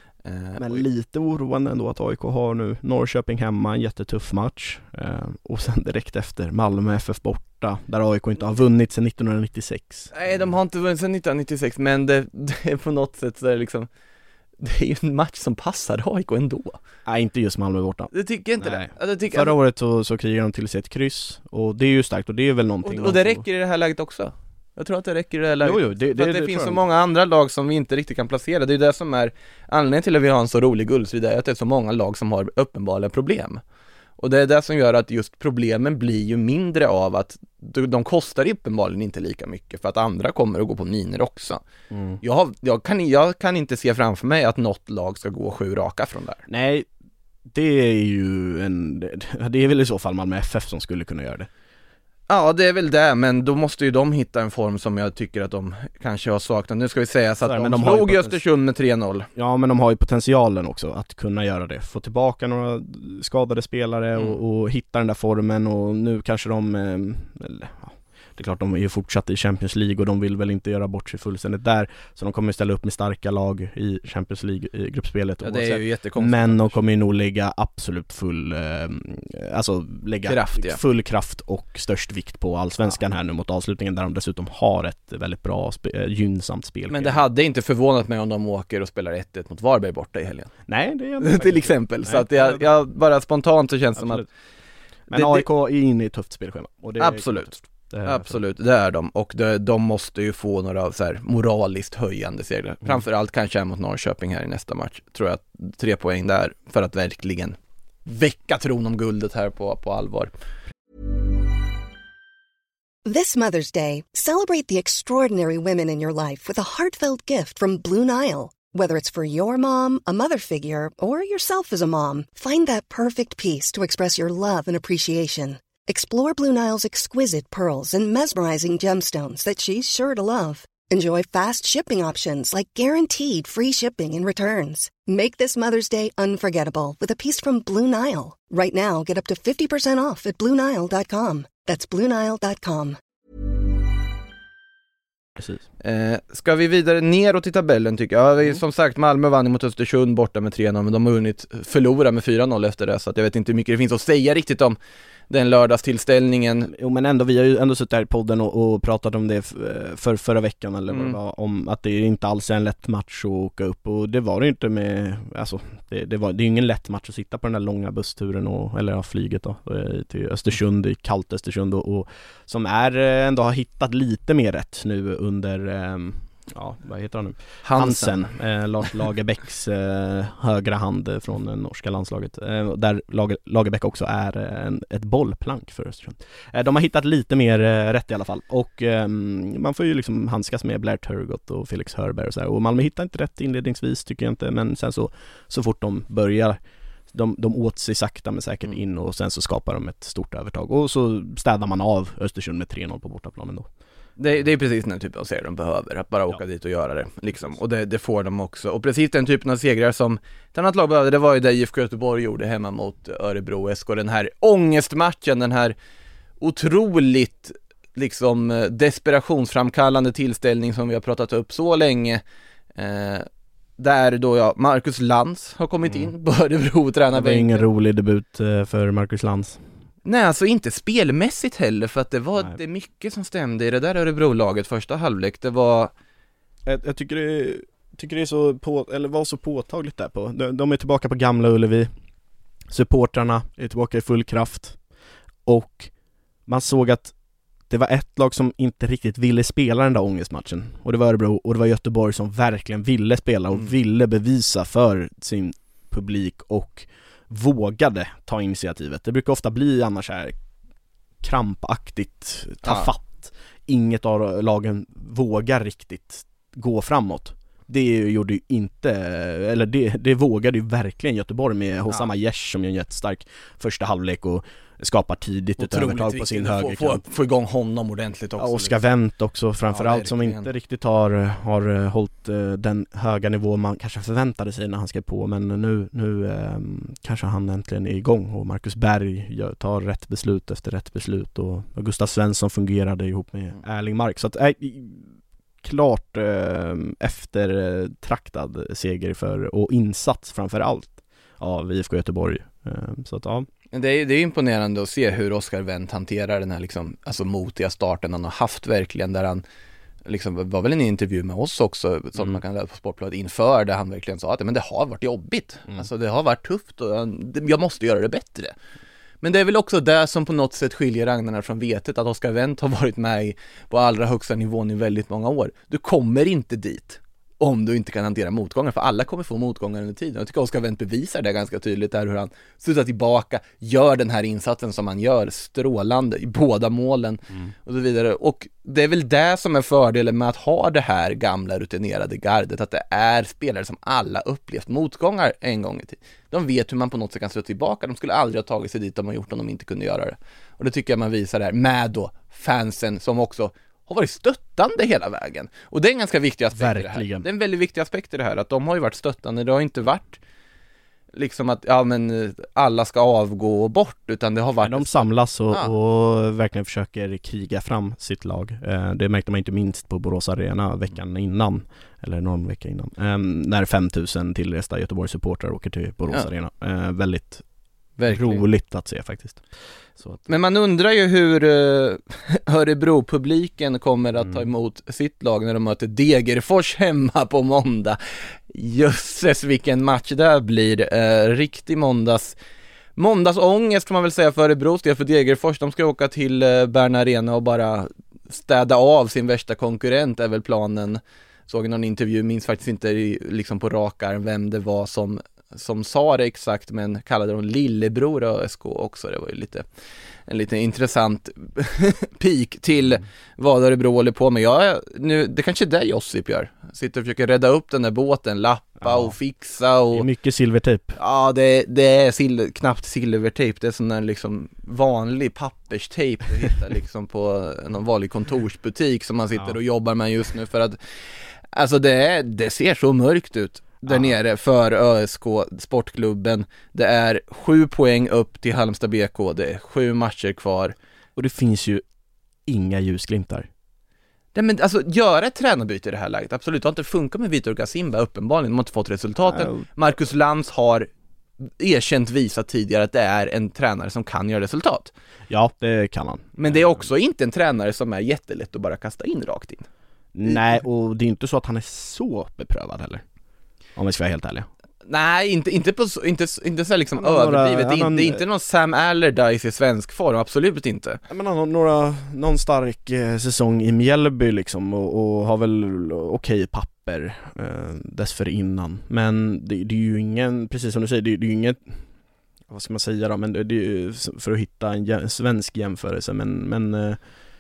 Men lite oroande ändå att AIK har nu Norrköping hemma, en jättetuff match, och sen direkt efter Malmö FF borta, där AIK inte har vunnit sedan 1996. Nej, de har inte vunnit sedan 1996, men det är på något sätt så är det liksom, det är ju en match som passar AIK ändå. Nej, inte just Malmö borta. Det tycker jag inte. Det. Förra året så krigade de till sig ett kryss, och det är ju starkt, och det är väl någonting. Och det räcker i det här läget också. Jag tror att det räcker i det här läget. Jo, det finns så många andra lag som vi inte riktigt kan placera. Det är det som är anledningen till att vi har en så rolig guldstrid, är att det är så många lag som har uppenbara problem. Och det är det som gör att just problemen blir ju mindre av att de kostar uppenbarligen inte lika mycket för att andra kommer att gå på miner också. Jag kan inte se framför mig att något lag ska gå 7 raka från där. Nej, det är väl i så fall Malmö FF som skulle kunna göra det. Ja, det är väl det, men då måste ju de hitta en form som jag tycker att de kanske har saknat. Nu ska vi säga så att de slog i Östersund med 3-0. Ja, men de har ju potentialen också att kunna göra det. Få tillbaka några skadade spelare och hitta den där formen, och nu kanske det är klart de är ju fortsatt i Champions League och de vill väl inte göra bort sig fullständigt där, så de kommer ställa upp med starka lag i Champions League i gruppspelet. Ja, det är ju jättekonstigt. Men de kommer ju nog lägga absolut full kraft och störst vikt på allsvenskan här nu mot avslutningen, där de dessutom har ett väldigt bra gynnsamt spel. Men det hade inte förvånat mig om de åker och spelar 1-1 mot Varberg borta i helgen. Nej, det är inte till exempel. Nej, så att jag bara spontant så känns det som att men AIK är inne i ett tufft spelschema, och det absolut. Absolut, det är de. Och de måste ju få några så här moraliskt höjande segrar. Framförallt kanske mot Norrköping här i nästa match. Tror jag 3 poäng där för att verkligen väcka tron om guldet här på allvar. This Mother's Day, celebrate the extraordinary women in your life with a heartfelt gift from Blue Nile. Whether it's for your mom, a mother figure, or yourself as a mom, find that perfect piece to express your love and appreciation. Explore Blue Nile's exquisite pearls and mesmerizing gemstones that she's sure to love. Enjoy fast shipping options like guaranteed free shipping and returns. Make this Mother's Day unforgettable with a piece from Blue Nile. Right now, get up to 50% off at BlueNile.com. That's BlueNile.com. Precis. Ska vi vidare neråt i tabellen tycker jag. Som sagt, Malmö vann mot Östersund borta med 3-0, men de har hunnit förlora med 4-0 efter det, så att jag vet inte hur mycket det finns att säga riktigt om den lördagstillställningen. Jo, men ändå, vi har ju ändå suttit här i podden och pratat om det förra veckan eller vad det var, om att det inte alls är en lätt match att åka upp, och det var det inte med, alltså det är ju ingen lätt match att sitta på den där långa bussturen flyget då, till Östersund, i kallt Östersund, och som ändå har hittat lite mer rätt nu under vad heter han nu? Hansen, Lars Lagerbäcks högra hand från det norska landslaget, där Lagerbäck också är ett bollplank för Östersund. De har hittat lite mer rätt i alla fall, och man får ju liksom handskas med Blair Turgott och Felix Hörberg och så här. Och Malmö hittar inte rätt inledningsvis tycker jag inte, men sen så fort de börjar, de åt sig sakta men säkert in, och sen så skapar de ett stort övertag, och så städar man av Östersund med 3-0 på bortaplanen då. Det är precis den typen av segrar de behöver, att bara åka dit och göra det liksom. Och det får de också. Och precis den typen av segrar som ett annat lag behövde, det var ju det IFK Göteborg gjorde hemma mot Örebro SK. Den här ångestmatchen, den här otroligt liksom desperationsframkallande tillställning som vi har pratat upp så länge, där då Marcus Lantz har kommit in på Örebro, tränar. Det var ingen rolig debut för Marcus Lantz. Nej, alltså inte spelmässigt heller, för att det var det mycket som stämde i det där Örebro-laget första halvlek. Det var... Jag tycker det är så var så påtagligt där på. De är tillbaka på Gamla Ullevi. Supportrarna är tillbaka i full kraft. Och man såg att det var ett lag som inte riktigt ville spela den där ångestmatchen. Och det var Örebro, och det var Göteborg som verkligen ville spela och ville bevisa för sin publik och vågade ta initiativet. Det brukar ofta bli annars här krampaktigt, fatt. Inget av lagen vågar riktigt gå framåt. Det gjorde ju inte, eller det vågade ju verkligen Göteborg med Hossam Aiesh som gör en jättestark första halvlek och skapar tidigt ett övertag på sin högerkant. Få igång honom ordentligt också. Ja, Oskar Wendt också framförallt, som inte riktigt har hållit den höga nivå man kanske förväntade sig när han skrev på, men nu kanske han äntligen är igång, och Marcus Berg tar rätt beslut efter rätt beslut, och Gustav Svensson fungerade ihop med Erling Mark, så att klart eftertraktad seger och insats framförallt av IFK Göteborg. Så att Det är imponerande att se hur Oskar Wendt hanterar den här liksom, alltså motiga starten han har haft verkligen, där han liksom, var väl en intervju med oss också som man kan läsa på Sportbladet inför, där han verkligen sa att men det har varit jobbigt, alltså det har varit tufft och jag måste göra det bättre. Men det är väl också det som på något sätt skiljer agnarna från vetet, att Oskar Wendt har varit med på allra högsta nivån i väldigt många år. Du kommer inte dit om du inte kan hantera motgångar, för alla kommer få motgångar under tiden. Jag tycker Oscar Wendt bevisar det ganska tydligt där, hur han slutar tillbaka, gör den här insatsen som han gör, strålande i båda målen och så vidare. Och det är väl det som är fördelen med att ha det här gamla rutinerade gardet, att det är spelare som alla upplevt motgångar en gång i tiden. De vet hur man på något sätt kan slå tillbaka. De skulle aldrig ha tagit sig dit om man gjort om de inte kunde göra det. Och det tycker jag man visar där med då fansen som också har varit stöttande hela vägen. Och det är en ganska viktig aspekt i det här. Det är en väldigt viktig aspekt i det här, att de har ju varit stöttande. Det har inte varit liksom att alla ska avgå bort, utan det har varit... De samlas och verkligen försöker kriga fram sitt lag. Det märkte man inte minst på Borås Arena veckan innan, eller någon vecka innan, när 5000 tillresta Göteborgs supportrar åker till Borås Arena. Väldigt roligt att se faktiskt. Så att... Men man undrar ju hur Örebro-publiken kommer att ta emot sitt lag när de möter Degerfors hemma på måndag. Jösses, vilken match det blir. Riktig måndagsångest kan man väl säga för Örebros del, för Degerfors, de ska åka till Bern Arena och bara städa av sin värsta konkurrent, är väl planen. Såg någon intervju, minns faktiskt inte liksom på rak arm vem det var som sa det exakt, men kallade dem lillebror ÖSK också. Det var ju en lite intressant peak till vad Örebro håller på med. Det kanske är det Josip gör. Sitter och försöker rädda upp den där båten, lappa och fixa. Och... Det är mycket silvertejp. Ja, det är knappt silvertejp. Det är sån där liksom vanlig papperstejp du hittar liksom på någon vanlig kontorsbutik som man sitter och jobbar med just nu, för att alltså det ser så mörkt ut där nere för ÖSK sportklubben. Det är 7 poäng upp till Halmstad BK. Det är 7 matcher kvar. Och det finns ju inga ljusglimtar. Nej, men alltså göra ett tränarbyte i det här läget. Absolut, det har inte funkat med Vitor Gasimba uppenbarligen. De har inte fått resultaten. Marcus Lantz har visat tidigare att det är en tränare som kan göra resultat. Ja, det kan han. Men det är också inte en tränare som är jättelätt att bara kasta in rakt in. Nej, och det är inte så att han är så beprövad heller. Om vi ska vara helt ärliga. Nej, inte så liksom överdrivet. Det är inte någon Sam Allardyce i svensk form, absolut inte. Men han har någon stark säsong i Mjällby liksom, och har väl okej papper dessförinnan. Men det är ju ingen, precis som du säger, det är ju inget, vad ska man säga då, men det är ju för att hitta en svensk jämförelse, men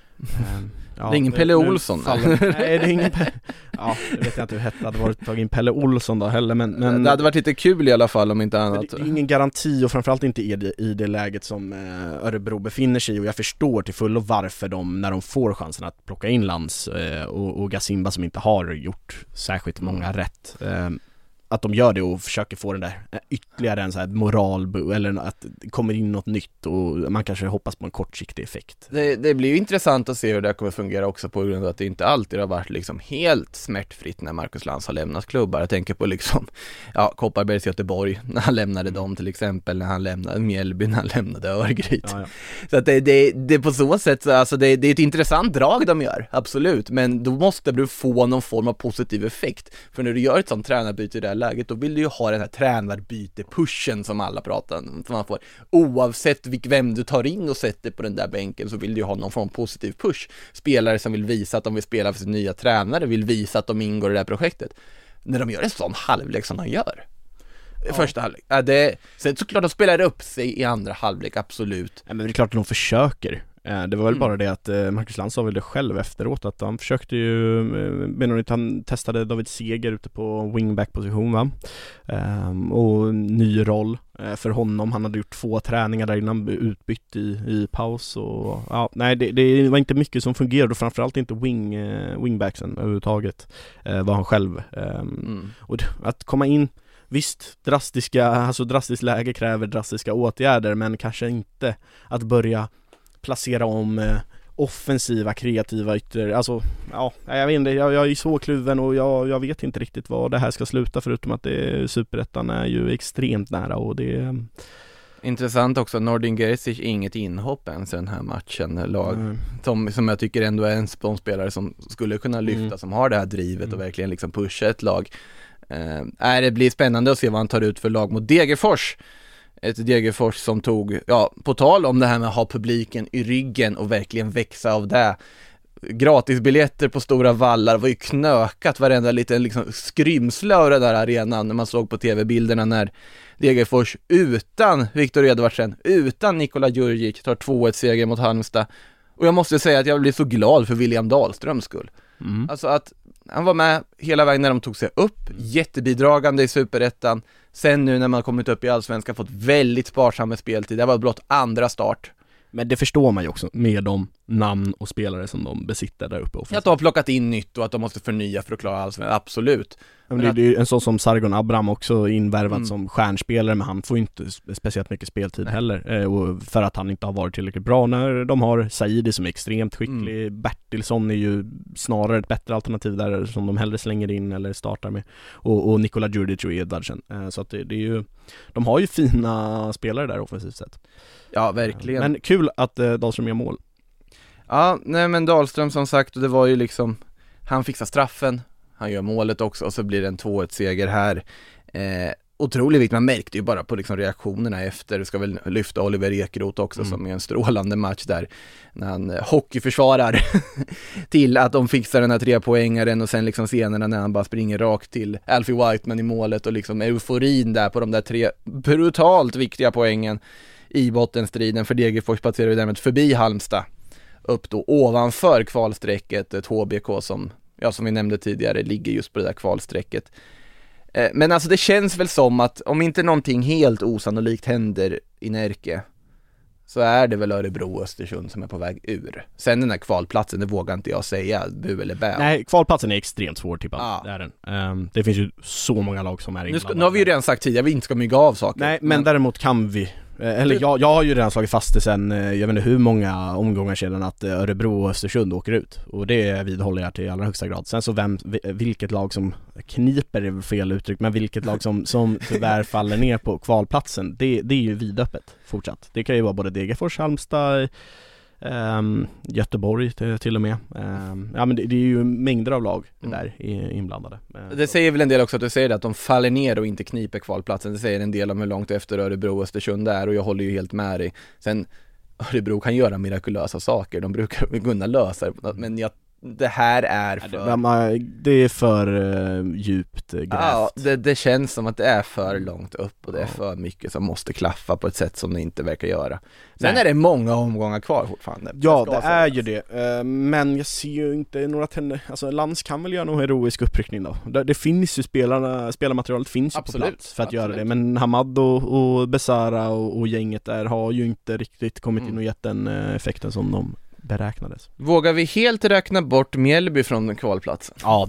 det är ingen Pelle Olsson. Nej, det är ingen ja, jag vet inte hur hett det hade varit att ta in Pelle Olsson då heller, men det hade varit lite kul i alla fall om inte annat. Det är ingen garanti, och framförallt inte i det läget som Örebro befinner sig i, och jag förstår till fullo varför de, när de får chansen att plocka in Lantz och Gasimba som inte har gjort särskilt många rätt, att de gör det och försöker få den där ytterligare en så här moral, eller att det kommer in något nytt, och man kanske hoppas på en kortsiktig effekt. Det blir ju intressant att se hur det kommer fungera också, på grund av att det inte alltid har varit liksom helt smärtfritt när Marcus Lantz har lämnat klubbar. Jag tänker på liksom Kopparbergs Göteborg när han lämnade dem till exempel, när han lämnade Mjällby, när han lämnade Örgryte. Ja. Så att det på så sätt, alltså det är ett intressant drag de gör, absolut, men då måste du få någon form av positiv effekt, för när du gör ett sånt tränarbyte i det här läget, då vill du ju ha den här tränarbyte-pushen som alla pratar om, som man får. Oavsett vem du tar in och sätter på den där bänken, så vill du ju ha någon form av positiv push. Spelare som vill visa att de vill spela för sin nya tränare, vill visa att de ingår i det här projektet. När de gör en sån halvlek som de gör. Första halvlek. Sen såklart de spelar upp sig i andra halvlek, absolut. Ja, men det är klart att de försöker. Det var väl bara det att Marcus Lantz sa väl det själv efteråt, att han försökte ju, menar inte, han testade David Seger ute på wingback-position, va? Och ny roll för honom. Han hade gjort 2 träningar där innan, utbytt i paus, och nej, det var inte mycket som fungerade, och framförallt inte wingbacksen överhuvudtaget, var han själv. Och att komma in, visst, drastiskt läge kräver drastiska åtgärder, men kanske inte att börja placera om offensiva, kreativa ytter. Alltså, jag vet inte, jag är så kluven, och jag vet inte riktigt vad det här ska sluta, förutom att Superettan är ju extremt nära, och det... Intressant också, Nordin Gerzic inget inhopp ens i den här matchen. Som jag tycker ändå är en spelare som skulle kunna lyfta, som har det här drivet och verkligen liksom pusha ett lag. Det blir spännande att se vad han tar ut för lag mot Degerfors. Ett Degerfors som tog, på tal om det här med att ha publiken i ryggen och verkligen växa av det. gratisbiljetter på stora vallar, var ju knökat varenda liten liksom skrymsla av den där arenan när man såg på tv-bilderna när Degerfors utan Viktor Edvardsen, utan Nikola Djurdjic tar 2-1-seger mot Halmstad. Och jag måste säga att jag blir så glad för William Dahlströms skull. Alltså att han var med hela vägen när de tog sig upp, jättebidragande i Superettan. Sen nu när man kommit upp i Allsvenskan fått väldigt sparsam med speltid. Det var blott andra start. Men det förstår man ju också med de namn och spelare som de besitter där uppe. Att de har plockat in nytt och att de måste förnya för att klara Allsvenskan, absolut. Men det är en sån som Sargon Abraham också invärvad som stjärnspelare, men han får ju inte speciellt mycket speltid heller, och för att han inte har varit tillräckligt bra när de har Saidi som är extremt skicklig. Bertilsson är ju snarare ett bättre alternativ där som de hellre slänger in eller startar med, och Nikola Djurdjic och Edvardsen, så att det är ju, de har ju fina spelare där offensivt sett. Ja, verkligen. Men kul att Dahlström gör mål. Ja, nej men Dahlström som sagt, och det var ju liksom, han fixar straffen, han gör målet också och så blir det en 2-1-seger här. Otroligt viktigt, man märkte ju bara på liksom reaktionerna efter. Ska väl lyfta Oliver Ekeroth också som är en strålande match där när han hockeyförsvarar till att de fixar den här 3-poängaren, och sen liksom scenerna när han bara springer rakt till Alfie Whiteman i målet och liksom euforin där på de där 3 brutalt viktiga poängen i bottenstriden, för Degerfors passerar ju därmed förbi Halmstad upp då ovanför kvalsträcket, ett HBK som vi nämnde tidigare ligger just på det där kvalsträcket. Men alltså det känns väl som att om inte någonting helt osannolikt händer i Närke, så är det väl Örebro och Östersund som är på väg ur. Sen den här kvalplatsen, det vågar inte jag säga, bu eller bä. Nej, kvalplatsen är extremt svårtippad, det är den. Det finns ju så många lag som är inblandade. Nu har vi ju redan sagt tidigare, vi inte ska mygga av saker. Nej, men däremot kan vi. Eller jag har ju redan slagit fast det sen, jag vet inte hur många omgångar sedan, att Örebro och Östersund åker ut. Och det vidhåller jag till allra högsta grad. Sen så vilket lag som kniper är fel uttryck, men vilket lag som tyvärr faller ner på kvalplatsen, det är ju vidöppet fortsatt. Det kan ju vara både Degerfors, Halmstad, Göteborg till och med. Ja, men det är ju mängder av lag där inblandade. Det säger väl en del också att du säger att de faller ner och inte kniper kvalplatsen. Det säger en del om hur långt efter Örebro och Östersund är, och jag håller ju helt med dig. Sen Örebro kan göra mirakulösa saker, de brukar kunna lösa det, men det här är för... Det är för djupt grävt. Ja, det känns som att det är för långt upp, och det är för mycket som måste klaffa på ett sätt som det inte verkar göra. Sen är det många omgångar kvar fortfarande. Ja, det är ju det. Men jag ser ju inte några alltså Lans kan väl göra någon heroisk uppryckning då. Det finns ju spelarmaterialet finns ju på plats för att göra det. Men Hamad och Besara och gänget där har ju inte riktigt kommit in och gett den effekten som de beräknades. Vågar vi helt räkna bort Mjällby från kvalplatsen? Ja,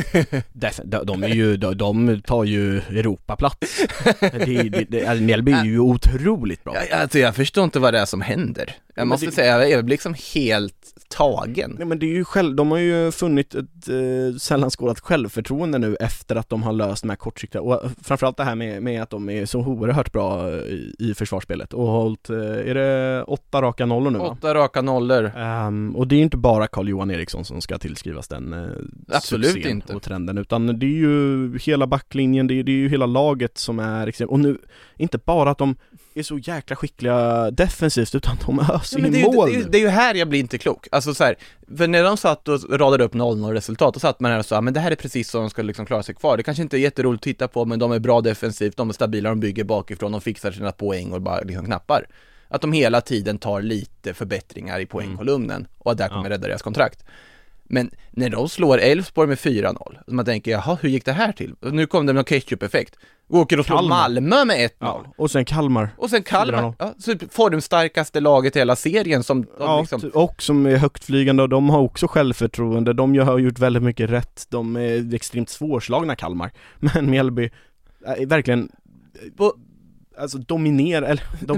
definitivt. De tar ju Europaplats. Mjällby är ju otroligt bra. Jag förstår inte vad det är som händer. Jag måste säga, jag är liksom helt tagen. Nej, men det är ju de har ju funnit ett sällan skådat självförtroende nu efter att de har löst de här kortsiktiga, och framförallt det här med att de är så oerhört bra i försvarsspelet och har hållit, är det 8 raka nollor nu, va? 8 raka nollor. Och det är ju inte bara Carl-Johan Eriksson som ska tillskrivas den absolut inte och trenden, utan det är ju hela backlinjen, det är ju hela laget som är extremt, och nu inte bara att de är så jäkla skickliga defensivt, utan de öser in mål. Det är ju här jag blir inte klok. Alltså så här, för när de satt och radade upp 0-0 resultat, och satt man här och sa, men det här är precis så de ska liksom klara sig kvar. Det kanske inte är jätteroligt att titta på, men de är bra defensivt, de är stabila, de bygger bakifrån, de fixar sina poäng och bara liksom knappar. Att de hela tiden tar lite förbättringar i poängkolumnen, och att där kommer rädda deras kontrakt. Men när de slår Elfsborg med 4-0, så man tänker, jaha, hur gick det här till? Och nu kom det någon ketchup-effekt. Åker och slår Malmö med 1-0. Ja, och sen Kalmar. Ja, så formstarkaste laget i hela serien som liksom... och som är högtflygande, och de har också självförtroende. De har gjort väldigt mycket rätt. De är extremt svårslagna, Kalmar. Men Mjällby verkligen alltså dominera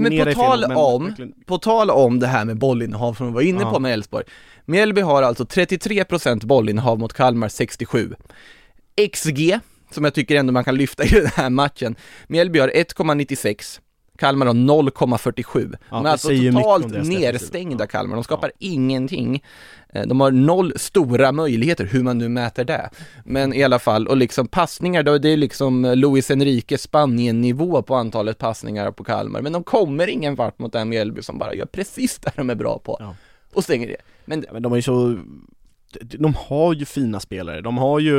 på tal om det här med bollinnehav som vi var inne på med Elfsborg. Mjällby har alltså 33% bollinnehav mot Kalmar 67. XG, som jag tycker ändå man kan lyfta i den här matchen. Mjällby har 1,96. Kalmar har 0,47. De är alltså totalt nerstängda, Kalmar. De skapar ingenting. De har 0 stora möjligheter, hur man nu mäter det. Men i alla fall, och liksom passningar, då, det är liksom Luis Enrique Spanien-nivå på antalet passningar på Kalmar. Men de kommer ingen vart mot den Mjällby som bara gör precis det de är bra på. Och stänger det. Men de är ju så de har ju fina spelare. De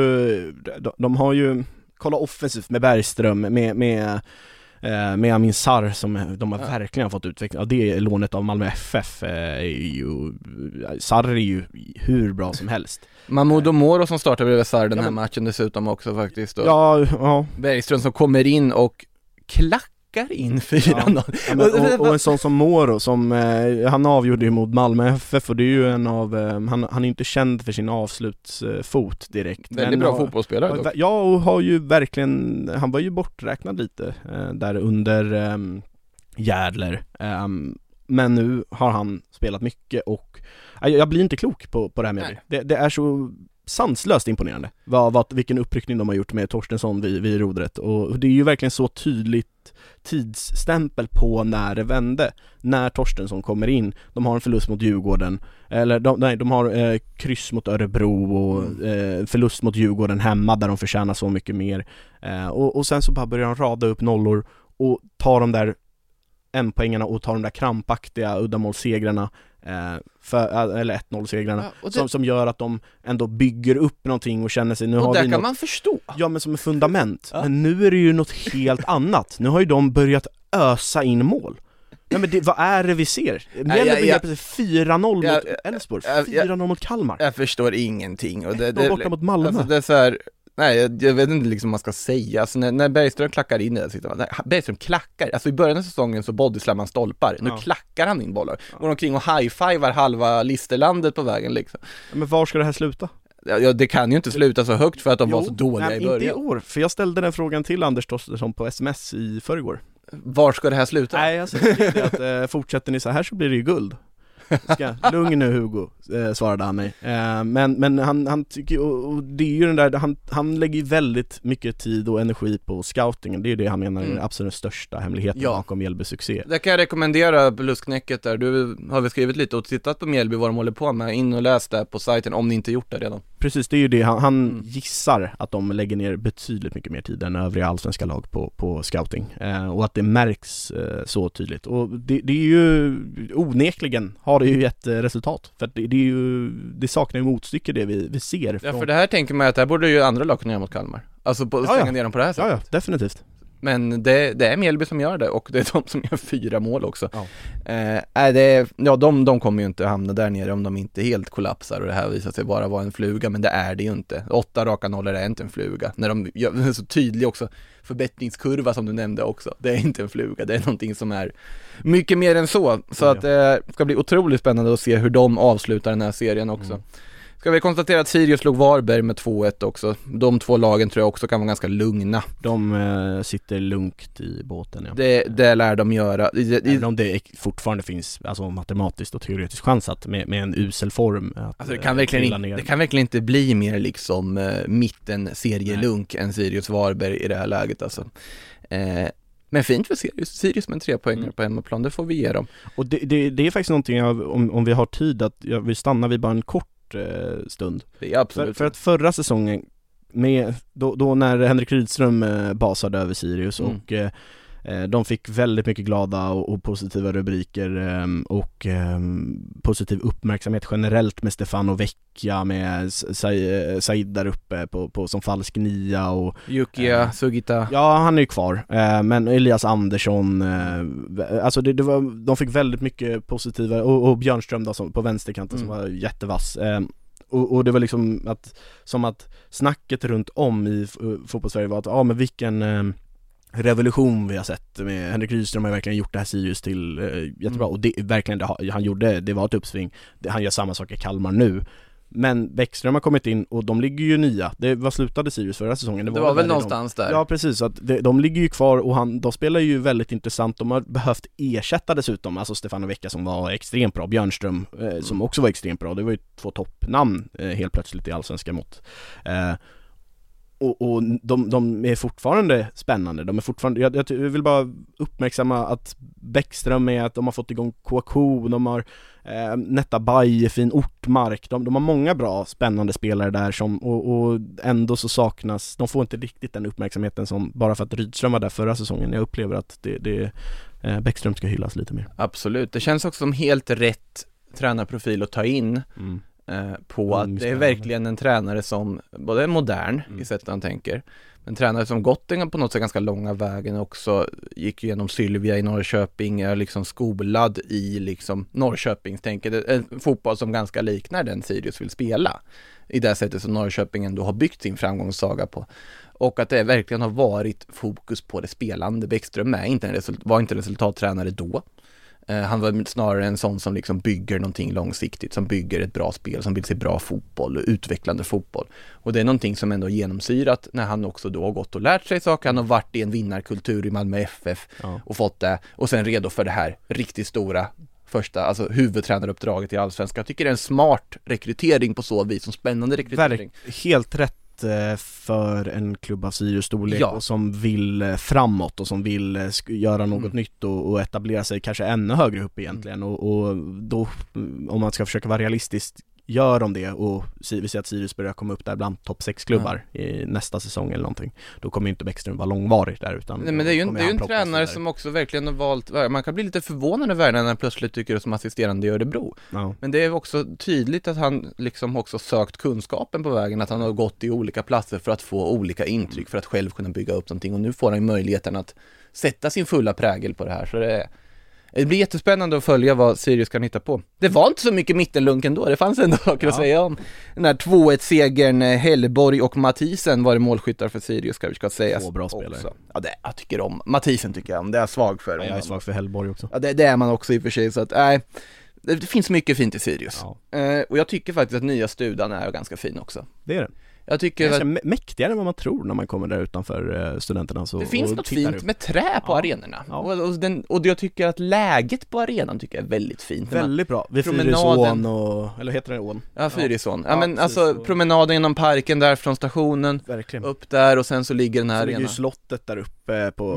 har ju kolla offensivt med Bergström, med Amin Sarr som de har verkligen fått utveckla. Ja, det är lånet av Malmö FF Sarr är ju hur bra som helst. Mahmoud Moro som startar bredvid Sarr den här matchen dessutom också faktiskt. Ja. Bergström som kommer in och klackar in 4-0. Och en sån som Moro som han avgjorde ju mot Malmö FF, och det är ju en av han är inte känd för sin avslutsfot direkt. Väldigt bra fotbollsspelare. Ja, och har ju verkligen, han var ju borträknad lite där under Järdler. Men nu har han spelat mycket, och jag blir inte klok på det här med det är så sanslöst imponerande vilken uppryckning de har gjort med Torstensson vid rodret, och det är ju verkligen så tydligt tidsstämpel på när det vände, när Torstensson kommer in. De har en förlust mot Djurgården, eller de har kryss mot Örebro och förlust mot Djurgården hemma där de förtjänar så mycket mer, och sen så bara börjar de rada upp nollor och ta de där poängarna och ta de där krampaktiga uddamålssegrarna, eller 1-0-segrarna, som gör att de ändå bygger upp någonting och känner sig, nu och har där vi kan man förstå. Ja, men som en fundament. Men nu är det ju något helt annat. Nu har ju de börjat ösa in mål. Nej, men vad är det vi ser? Mjällby 4-0 mot Elfsborg, 4-0 mot Kalmar. Jag förstår ingenting. Och det borta mot Malmö. Alltså det är så här, nej, jag vet inte liksom vad man ska säga. Alltså när Bergström klackar in i den situationen. Bergström klackar. Alltså i början av säsongen så bodyslam han stolpar. Nu klackar han in bollar. Går omkring och high-fivar halva Listerlandet på vägen liksom. Men var ska det här sluta? Ja, det kan ju inte sluta så högt för att de var så dåliga i början. Inte i år, för jag ställde den frågan till Anders Torstensson på sms i förrgår. Var ska det här sluta? Nej, jag säger att fortsätter ni så här så blir det ju guld. Lugn nu Hugo, svarade han mig. Men han tycker, och det är ju den där, han lägger ju väldigt mycket tid och energi på scoutingen. Det är ju det han menar är den absolut största hemligheten bakom Mjällbys succé. Det kan jag rekommendera Plussknäcket där. Du har väl skrivit lite och tittat på Mjällby, vad de håller på med. In och läs det på sajten om ni inte gjort det redan. Precis, det är ju det. Han gissar att de lägger ner betydligt mycket mer tid än övriga allsvenska lag på scouting. Och att det märks så tydligt. Och det är ju onekligen har det ju gett resultat. För att det är ju, det saknar ju motstycke det vi ser. Ja, för det här tänker man att det här borde ju andra lag kunna göra mot Kalmar. Alltså stänga ner dem på det här sättet. Ja, definitivt. Men det är Mjällby som gör det, och det är de som gör 4 mål också. De kommer ju inte hamna där nere om de inte helt kollapsar och det här visar sig bara vara en fluga, men det är det ju inte. 8 raka nollor är inte en fluga. När de gör så tydlig också förbättringskurva som du nämnde också. Det är inte en fluga, det är någonting som är mycket mer än så. Så att det ska bli otroligt spännande att se hur de avslutar den här serien också. Ska vi konstatera att Sirius slog Varberg med 2-1 också. De två lagen tror jag också kan vara ganska lugna. De sitter lugnt i båten, ja. Det lär de göra. Även om det fortfarande finns alltså matematiskt och teoretisk chans att med en usel form att, alltså det kan verkligen inte bli mer liksom mitten serielunk än Sirius Varberg i det här läget alltså. Men fint för Sirius med 3 poäng på hemmaplan, det får vi ge dem. Och det är faktiskt någonting om vi har tid att vi stannar vid bara en kort stund. Det är absolut. För att förra säsongen då när Henrik Rydström basade över Sirius och de fick väldigt mycket glada och positiva rubriker och positiv uppmärksamhet generellt med Stefano Vecchia, med Said där uppe på som falsk nia och Yukia Sugita. Ja, han är ju kvar. Men Elias Andersson alltså de fick väldigt mycket positiva och Björnström då, som på vänsterkanten som var jättevass. Och det var liksom att snacket runt om i fotbollssverige var att men vilken revolution vi har sett med Henrik Rydström har verkligen gjort det här Sirius till jättebra och det verkligen han gjorde, det var ett uppsving. Han gör samma sak i Kalmar nu. Men Bäckström har kommit in och de ligger ju nya. Det var slutade Sirius förra säsongen. Det var väl någonstans där. Ja, precis. Så att de ligger ju kvar och de spelar ju väldigt intressant. De har behövt ersätta dessutom. Alltså Stefano Vecchia som var extremt bra. Björnström som också var extremt bra. Det var ju 2 toppnamn helt plötsligt i allsvenska mått. Och de är fortfarande spännande. De är fortfarande, jag vill bara uppmärksamma att Bäckström är att de har fått igång Kouakou, de har Netta Baye, fin Ortmark. De har många bra spännande spelare där som, och ändå så saknas, de får inte riktigt den uppmärksamheten som bara för att Rydström var där förra säsongen. Jag upplever att Bäckström ska hyllas lite mer. Absolut, det känns också som helt rätt tränarprofil att ta in. på att det är verkligen en tränare som både är modern i sättet han tänker. En tränare som gått på något sätt ganska långa vägen också, gick igenom Sylvia i Norrköping, är liksom skolad i liksom Norrköpings tänker, en fotboll som ganska liknar den Sirius vill spela. I det sättet som Norrköping ändå har byggt sin framgångssaga på. Och att det verkligen har varit fokus på det spelande. Bäckström var inte resultattränare då. Han var snarare en sån som liksom bygger någonting långsiktigt, som bygger ett bra spel, som vill se bra fotboll och utvecklande fotboll. Och det är någonting som ändå genomsyrat när han också då har gått och lärt sig saker. Han har varit i en vinnarkultur i Malmö FF och fått det. Och sen redo för det här riktigt stora första, alltså huvudtränaruppdraget i Allsvenskan. Jag tycker det är en smart rekrytering på så vis, som spännande rekrytering. Helt rätt för en klubb av Sirius storlek och som vill framåt och som vill göra något nytt och etablera sig kanske ännu högre upp egentligen och då, om man ska försöka vara realistisk, gör de det och vi ser att Sirius börjar komma upp där bland topp 6-klubbar i nästa säsong eller någonting, då kommer ju inte Bäckström vara långvarig där, utan nej, men det är ju en tränare som också verkligen har valt, man kan bli lite förvånad över när han plötsligt tycker som assisterande i Örebro, men det är också tydligt att han liksom också sökt kunskapen på vägen, att han har gått i olika platser för att få olika intryck, för att själv kunna bygga upp någonting, och nu får han möjligheten att sätta sin fulla prägel på det här, så det blir jättespännande att följa vad Sirius kan hitta på. Det var inte så mycket mittenlunk ändå. Det fanns ändå saker att säga om den här 2-1-segern. Hellborg och Mathisen var det målskyttar för Sirius, ska sägas. Två bra spelare. Ja, jag tycker om Mathisen, tycker jag om. Det är jag svag för. Ja, jag är svag för Hellborg också. Ja, det är man också i och för sig. Så att, det finns mycket fint i Sirius. Ja. Och jag tycker faktiskt att nya studan är ganska fin också. Det är det. Jag tycker det är mäktigare än vad man tror när man kommer där utanför studenterna. Så, det finns något fint med trä på arenorna. Ja. Och jag tycker att läget på arenan tycker jag är väldigt fint. Väldigt bra. Vid Fyrisån eller heter det ån? Ja, Fyrisån. Ja, men alltså promenaden genom parken där från stationen. Verkligen. Upp där och sen så ligger den här arenan. Så ligger ju slottet där uppe på,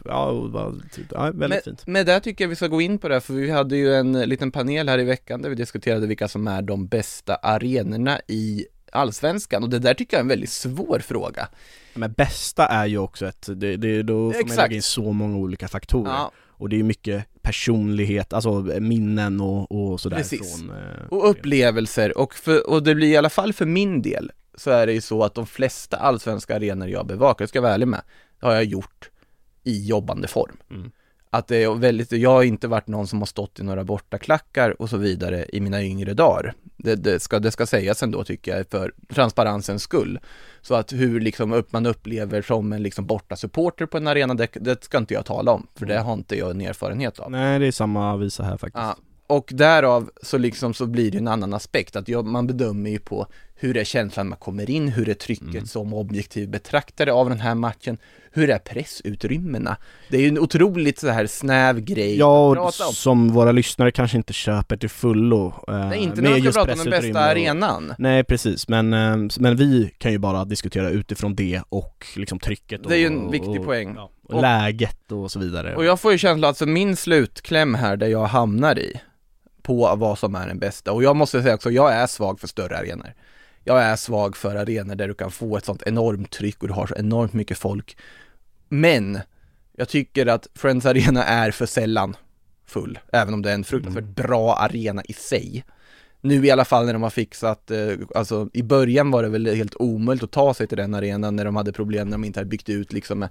väldigt fint. Men där tycker jag vi ska gå in på det, för vi hade ju en liten panel här i veckan där vi diskuterade vilka som är de bästa arenorna i Allsvenskan, och det där tycker jag är en väldigt svår fråga. Men bästa är ju också då får man lägga in så många olika faktorer. Och det är mycket personlighet, alltså minnen och sådär. Precis. Och upplevelser, och det blir i alla fall för min del, så är det ju så att de flesta allsvenska arenor jag bevakar, ska jag vara ärlig med, har jag gjort i jobbande form. Att det är väldigt, jag har inte varit någon som har stått i några bortaklackar och så vidare i mina yngre dagar. Det ska sägas ändå, tycker jag, för transparensens skull. Så att hur liksom man upplever som en liksom borta supporter på en arena, det ska inte jag tala om, för det har inte jag en erfarenhet av. Nej, det är samma visa här faktiskt. Ja. Och därav så blir det en annan aspekt, att man bedömer ju på hur är känslan man kommer in, hur är trycket som objektiv betraktare av den här matchen, hur är pressutrymmena. Det är ju en otroligt så här snäv grej. Ja, och som våra lyssnare kanske inte köper till fullo. Nej, inte när man ska prata om den bästa arenan. Nej, precis, men vi kan ju bara diskutera utifrån det och liksom trycket. Det är ju en viktig poäng. Ja, och läget och så vidare. Och jag får ju känsla att min slutkläm här där jag hamnar i på vad som är den bästa. Och jag måste säga också, jag är svag för större arenor. Jag är svag för arenor där du kan få ett sånt enormt tryck och du har så enormt mycket folk. Men jag tycker att Friends Arena är för sällan full, även om det är en fruktansvärt bra arena i sig. Nu i alla fall när de har fixat, alltså i början var det väl helt omöjligt att ta sig till den arenan när de hade problem, när de inte hade byggt ut liksom.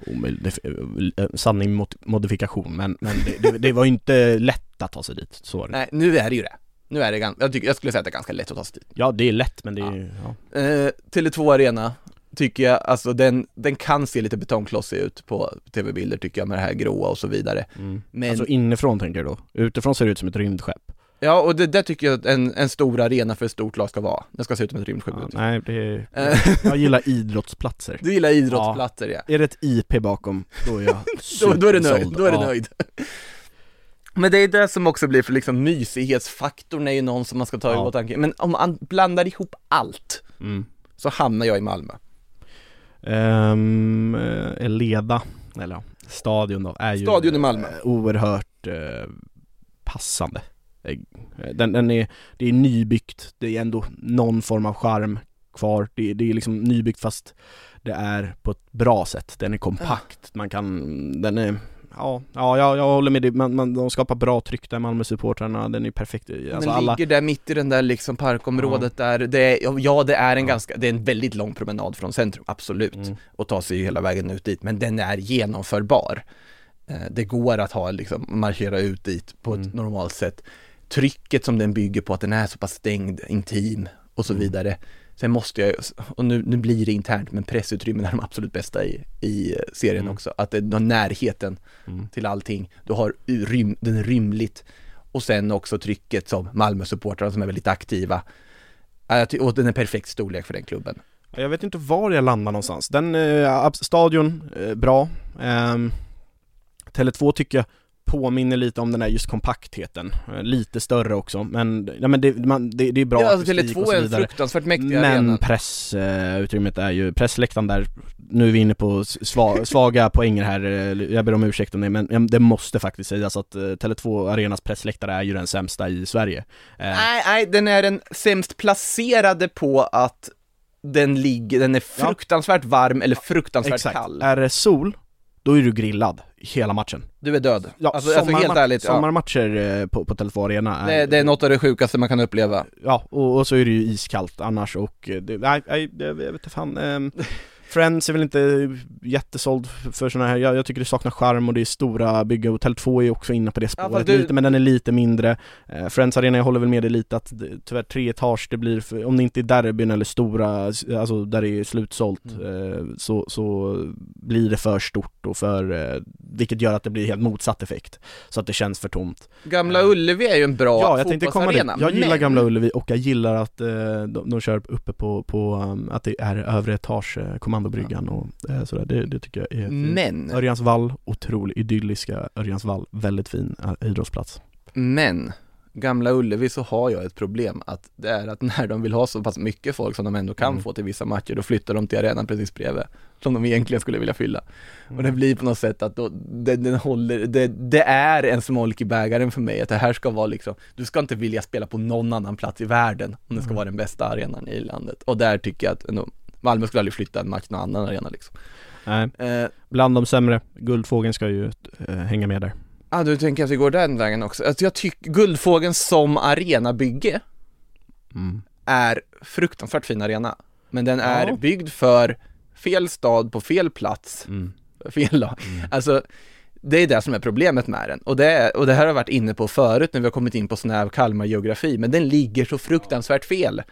Sanning mot modifikation, men det var ju inte lätt att ta sig dit, så var det. Nej, nu är det ju det. Nu är det jag skulle säga att det är ganska lätt att ta sig dit. Ja, det är lätt, men det är Tele2 Arena tycker jag, alltså den kan se lite betongklossig ut på tv-bilder, tycker jag, med det här gråa och så vidare. Men alltså inifrån tänker jag då. Utifrån ser det ut som ett rymdskepp. Ja, och det tycker jag att en stor arena för ett stort lag ska vara. Det ska se ut som ett rymdskepp. Nej, jag gillar idrottsplatser. Du gillar idrottsplatser, ja. Är det ett IP bakom, då är jag då är du nöjd. Men det är det som också blir för liksom mysighetsfaktorn är ju någon som man ska ta i åtanke. Men om man blandar ihop allt så hamnar jag i Malmö. Leda, eller stadion då, är ju stadion i Malmö. Oerhört passande. Det är nybyggt, det är ändå någon form av charm kvar. Det är liksom nybyggt fast det är på ett bra sätt. Den är kompakt, den är jag håller med dig. De skapar bra tryck där, Malmö-supportrarna. Den är perfekt. Alltså, den ligger där mitt i den där liksom parkområdet där. Det är en väldigt lång promenad från centrum, absolut. Och ta sig hela vägen ut dit. Men den är genomförbar. Det går att marschera ut dit på ett normalt sätt. Trycket som den bygger på, att den är så pass stängd, intim och så vidare. Sen måste jag, och nu blir det internt, men pressutrymmen är de absolut bästa i serien också. Att du har närheten till allting. Du har den rymligt. Och sen också trycket som Malmö-supportrar som är väldigt aktiva. Och den är perfekt storlek för den klubben. Jag vet inte var jag landar någonstans. Den stadion, bra. Tele2 tycker jag påminner lite om den här just kompaktheten. Lite större också. Men det är bra. Ja, alltså Tele2 är en fruktansvärt mäktig arena. Men pressutrymmet är ju, pressläktaren där, nu är vi inne på svaga poänger här. Jag ber om ursäkt om det, men det måste faktiskt sägas att Tele2 Arenas pressläktare är ju den sämsta i Sverige. Nej, den är den sämst placerade på att den är fruktansvärt varm eller fruktansvärt kall. Är det sol, då är du grillad hela matchen. Du är död. Ja, alltså helt ärligt. Sommarmatcher på Tele2 Arena det är något av det sjukaste man kan uppleva. Ja, och så är det ju iskallt annars. Och jag vet inte fan. Friends är väl inte jättesåld för såna här. Jag tycker det saknar charm och det är stora byggen. Och Tele2 är också inne på det spåret lite, men den är lite mindre. Friends Arena, jag håller väl med dig lite att tyvärr 3 etage, det blir om det inte är derbyn eller stora, alltså där det är slutsålt, så blir det för stort och för vilket gör att det blir helt motsatt effekt. Så att det känns för tomt. Gamla Ullevi är ju en bra fotbollsarena. Jag gillar Gamla Ullevi och jag gillar att de kör uppe på att det är övre etage kommandobryggan och sådär. Det tycker jag är fint. Men Örjans vall, otroligt idylliska Örjans vall, väldigt fin idrottsplats. Men Gamla Ullevi så har jag ett problem, att det är att när de vill ha så pass mycket folk som de ändå kan få till vissa matcher, då flyttar de till arenan precis bredvid som de egentligen skulle vilja fylla. Och det blir på något sätt att då, det är en smolk i bägaren för mig, att det här ska vara liksom, du ska inte vilja spela på någon annan plats i världen om det ska vara den bästa arenan i landet. Och där tycker jag att Malmö skulle aldrig flytta en match till någon annan arena liksom. Nej, bland de sämre. Guldfågeln ska ju hänga med där. Du tänker att vi går den vägen också. Alltså jag tycker Guldfågeln som arenabygge är fruktansvärt fin arena. Men den är byggd för fel stad på fel plats. Fel lag. Alltså det är det som är problemet med den. Och det här har jag varit inne på förut när vi har kommit in på sån här Kalmar-geografi. Men den ligger så fruktansvärt fel.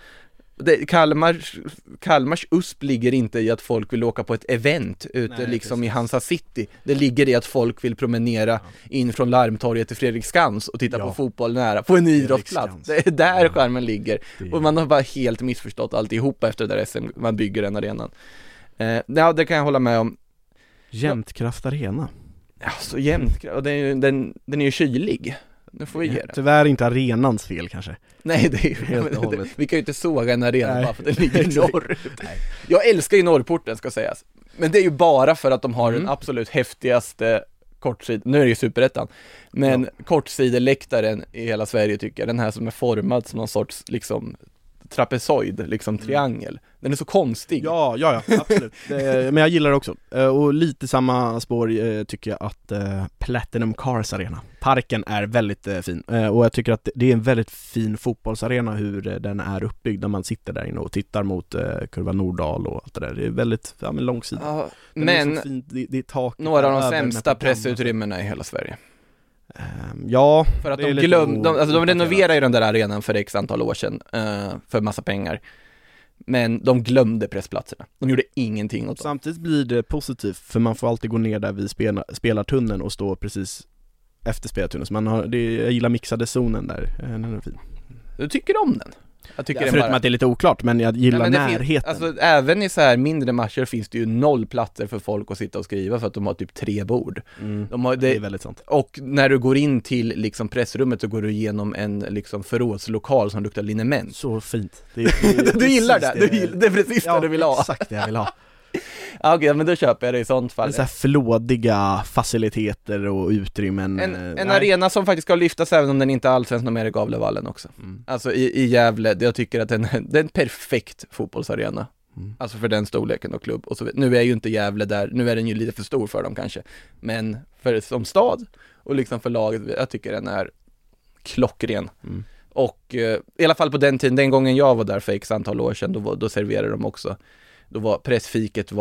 Kalmars USP ligger inte i att folk vill åka på ett event ute liksom i Hansa City. Det ligger i att folk vill promenera in från Larmtorget till Fredriksskans och titta på fotboll nära, på en idrottsplats. Det är där skärmen ligger. Och man har bara helt missförstått alltihopa efter det där SM man bygger den arenan. Det kan jag hålla med om. Jämtkraft Arena. Ja, så Jämtkraft. Och den är ju kylig. Nu får vi ge det. Tyvärr inte arenans fel kanske. Nej, det är vi kan ju inte såga en arena bara för att den ligger norr. Jag älskar ju Norrporten, ska sägas. Men det är ju bara för att de har den absolut häftigaste nu är det ju Superettan, men kortsideläktaren i hela Sverige tycker jag. Den här som är formad som någon sorts liksom trapezoid, liksom triangel. Den är så konstig. Ja, absolut. Men jag gillar det också. Och lite samma spår tycker jag att Platinum Cars Arena. Parken är väldigt fin. Och jag tycker att det är en väldigt fin fotbollsarena hur den är uppbyggd när man sitter där inne och tittar mot Kurva Nordahl och allt det där. Det är väldigt långsida. Ja, men det är taket, några av de sämsta pressutrymmena i hela Sverige. Ja, för att de renoverar ju den där arenan för x antal år sedan för massa pengar. Men de glömde pressplatserna. De gjorde ingenting åt dem. Samtidigt blir det positivt, för man får alltid gå ner där vid spelartunneln och stå precis efter spelartunneln. Så jag gillar mixade zonen där. Den är fin. Du tycker om den? Jag tycker förutom att det är lite oklart, men jag gillar närheten. Alltså, även i så här mindre matcher finns det ju 0 platser för folk att sitta och skriva för att de har typ 3 bord. Det är väldigt sant. Och när du går in till liksom pressrummet så går du igenom en liksom förrådslokal som luktar liniment. Så fint. Du gillar det? Det är precis det du vill ha. Exakt det jag vill ha. Okej, men då köper jag det i sånt fall. Så här flådiga faciliteter och utrymmen. En arena som faktiskt ska lyftas även om den inte alls är mer i Gavlevallen också. Alltså i Gävle, jag tycker att det är en perfekt fotbollsarena. Alltså för den storleken och klubb. Och så, nu är ju inte Gävle där, nu är den ju lite för stor för dem kanske. Men för som stad och liksom för laget, jag tycker den är klockren. Och i alla fall på den tiden, den gången jag var där för x antal år sedan, då serverade de också. Då var pressfiket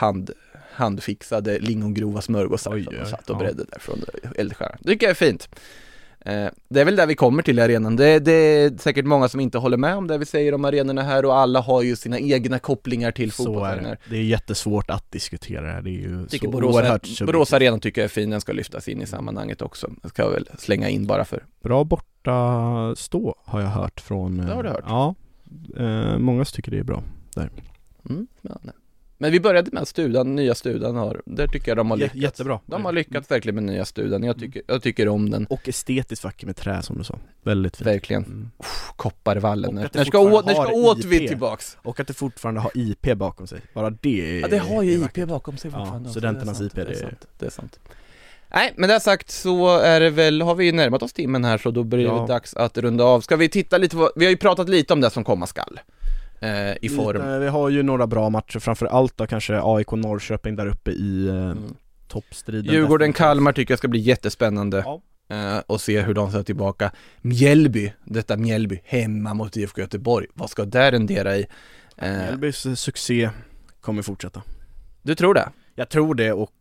handfixade lingongrova smörgåsar som de satt och bredde där från Eldstjärnan. Det tycker jag är fint. Det är väl där vi kommer till i arenan. Det är säkert många som inte håller med om det vi säger om arenorna här, och alla har ju sina egna kopplingar till fotbollsarenor. Det är jättesvårt att diskutera det här. Det är ju så Borås arena tycker jag är fin, den ska lyftas in i sammanhanget också. Det ska jag väl slänga in bara för. Bra borta stå har jag hört från. Det har du hört? Ja, många tycker det är bra där. Ja, nej. Men vi började med nya studan där tycker jag de har lyckats. Jättebra. De har lyckats verkligen med nya studan. Jag tycker om den. Och estetiskt vacker med trä som du sa. Väldigt fint. Verkligen. Kopparvallen. När ska åt vi tillbaks. Och att det fortfarande har IP bakom sig. Bara det. Ja, det har ju IP bakom sig fortfarande. Ja, studenternas IP. Det är sant. Nej, men det sagt så är det väl, har vi ju närmat oss timmen här, så då blir det dags att runda av. Ska vi titta lite på, vi har ju pratat lite om det som komma skall. I form. Vi har ju några bra matcher, framför allt då kanske AIK Norrköping där uppe i toppstriden. Djurgården-Kalmar tycker jag ska bli jättespännande och se hur de ser tillbaka. Mjällby hemma mot IFK Göteborg. Vad ska det rendera i? Mjällbys succé kommer fortsätta. Du tror det? Jag tror det, och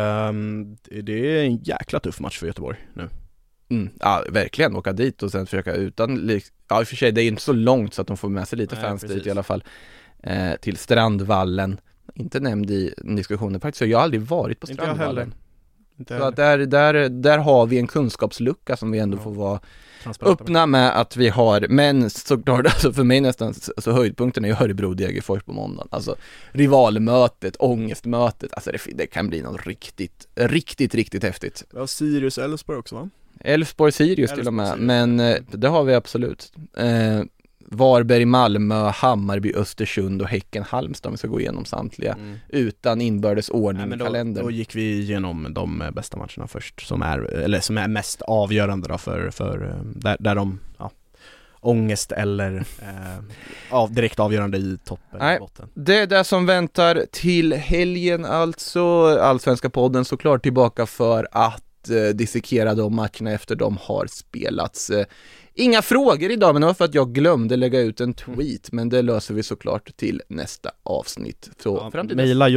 det är en jäkla tuff match för Göteborg nu. Ja, verkligen. Åka dit och sen försöka utan... Ja, i och för sig, det är inte så långt så att de får med sig lite fans dit i alla fall. Till Strandvallen. Inte nämnd i diskussionen faktiskt, så jag har aldrig varit på Strandvallen. Så att där har vi en kunskapslucka som vi ändå får vara öppna med att vi har. Men såklart, alltså för mig nästan så höjdpunkten är ju Örebro-Degerfors på måndagen. Alltså rivalmötet, ångestmötet. Alltså det kan bli något riktigt häftigt. Vi har Sirius Elfsborg också, va? Elfsborg-Sirius till och med, men det har vi absolut. Varberg, Malmö, Hammarby, Östersund och Häcken-Halmstad, vi ska gå igenom samtliga utan inbördes ordning i kalendern. Då gick vi igenom de bästa matcherna först, som är mest avgörande då för där de ångest eller direkt avgörande i toppen. Nej, botten. Det är det som väntar till helgen, alltså Allsvenska podden såklart tillbaka för att dissekera de matcherna efter de har spelats. Inga frågor idag, men det var för att jag glömde lägga ut en tweet, men det löser vi såklart till nästa avsnitt. Så mejla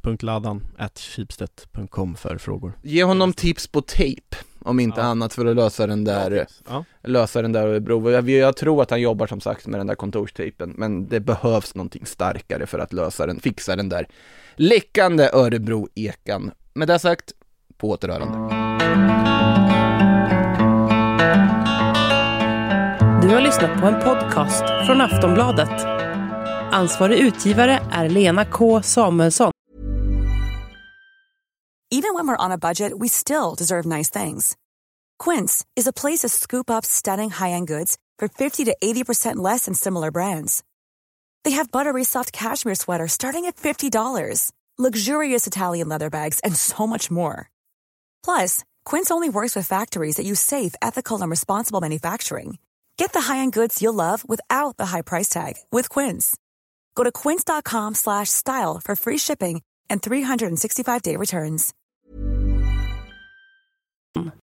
josip.ladan@schibsted.com för frågor. Ge honom tips på tejp, om inte annat, för att lösa den där Örebro. Jag tror att han jobbar som sagt med den där kontorstejpen, men det behövs någonting starkare för att fixa den där läckande Örebro-ekan. Med det sagt, på återhörande. Du har lyssnat på en podcast från Aftonbladet. Ansvarig utgivare är Lena K. Samuelsson. Even when we're on a budget, we still deserve nice things. Quince is a place to scoop up stunning high-end goods for 50 to 80% less than similar brands. They have buttery soft cashmere sweaters starting at $50, luxurious Italian leather bags, and so much more. Plus, Quince only works with factories that use safe, ethical, and responsible manufacturing. Get the high-end goods you'll love without the high price tag with Quince. Go to quince.com/style for free shipping and 365-day returns.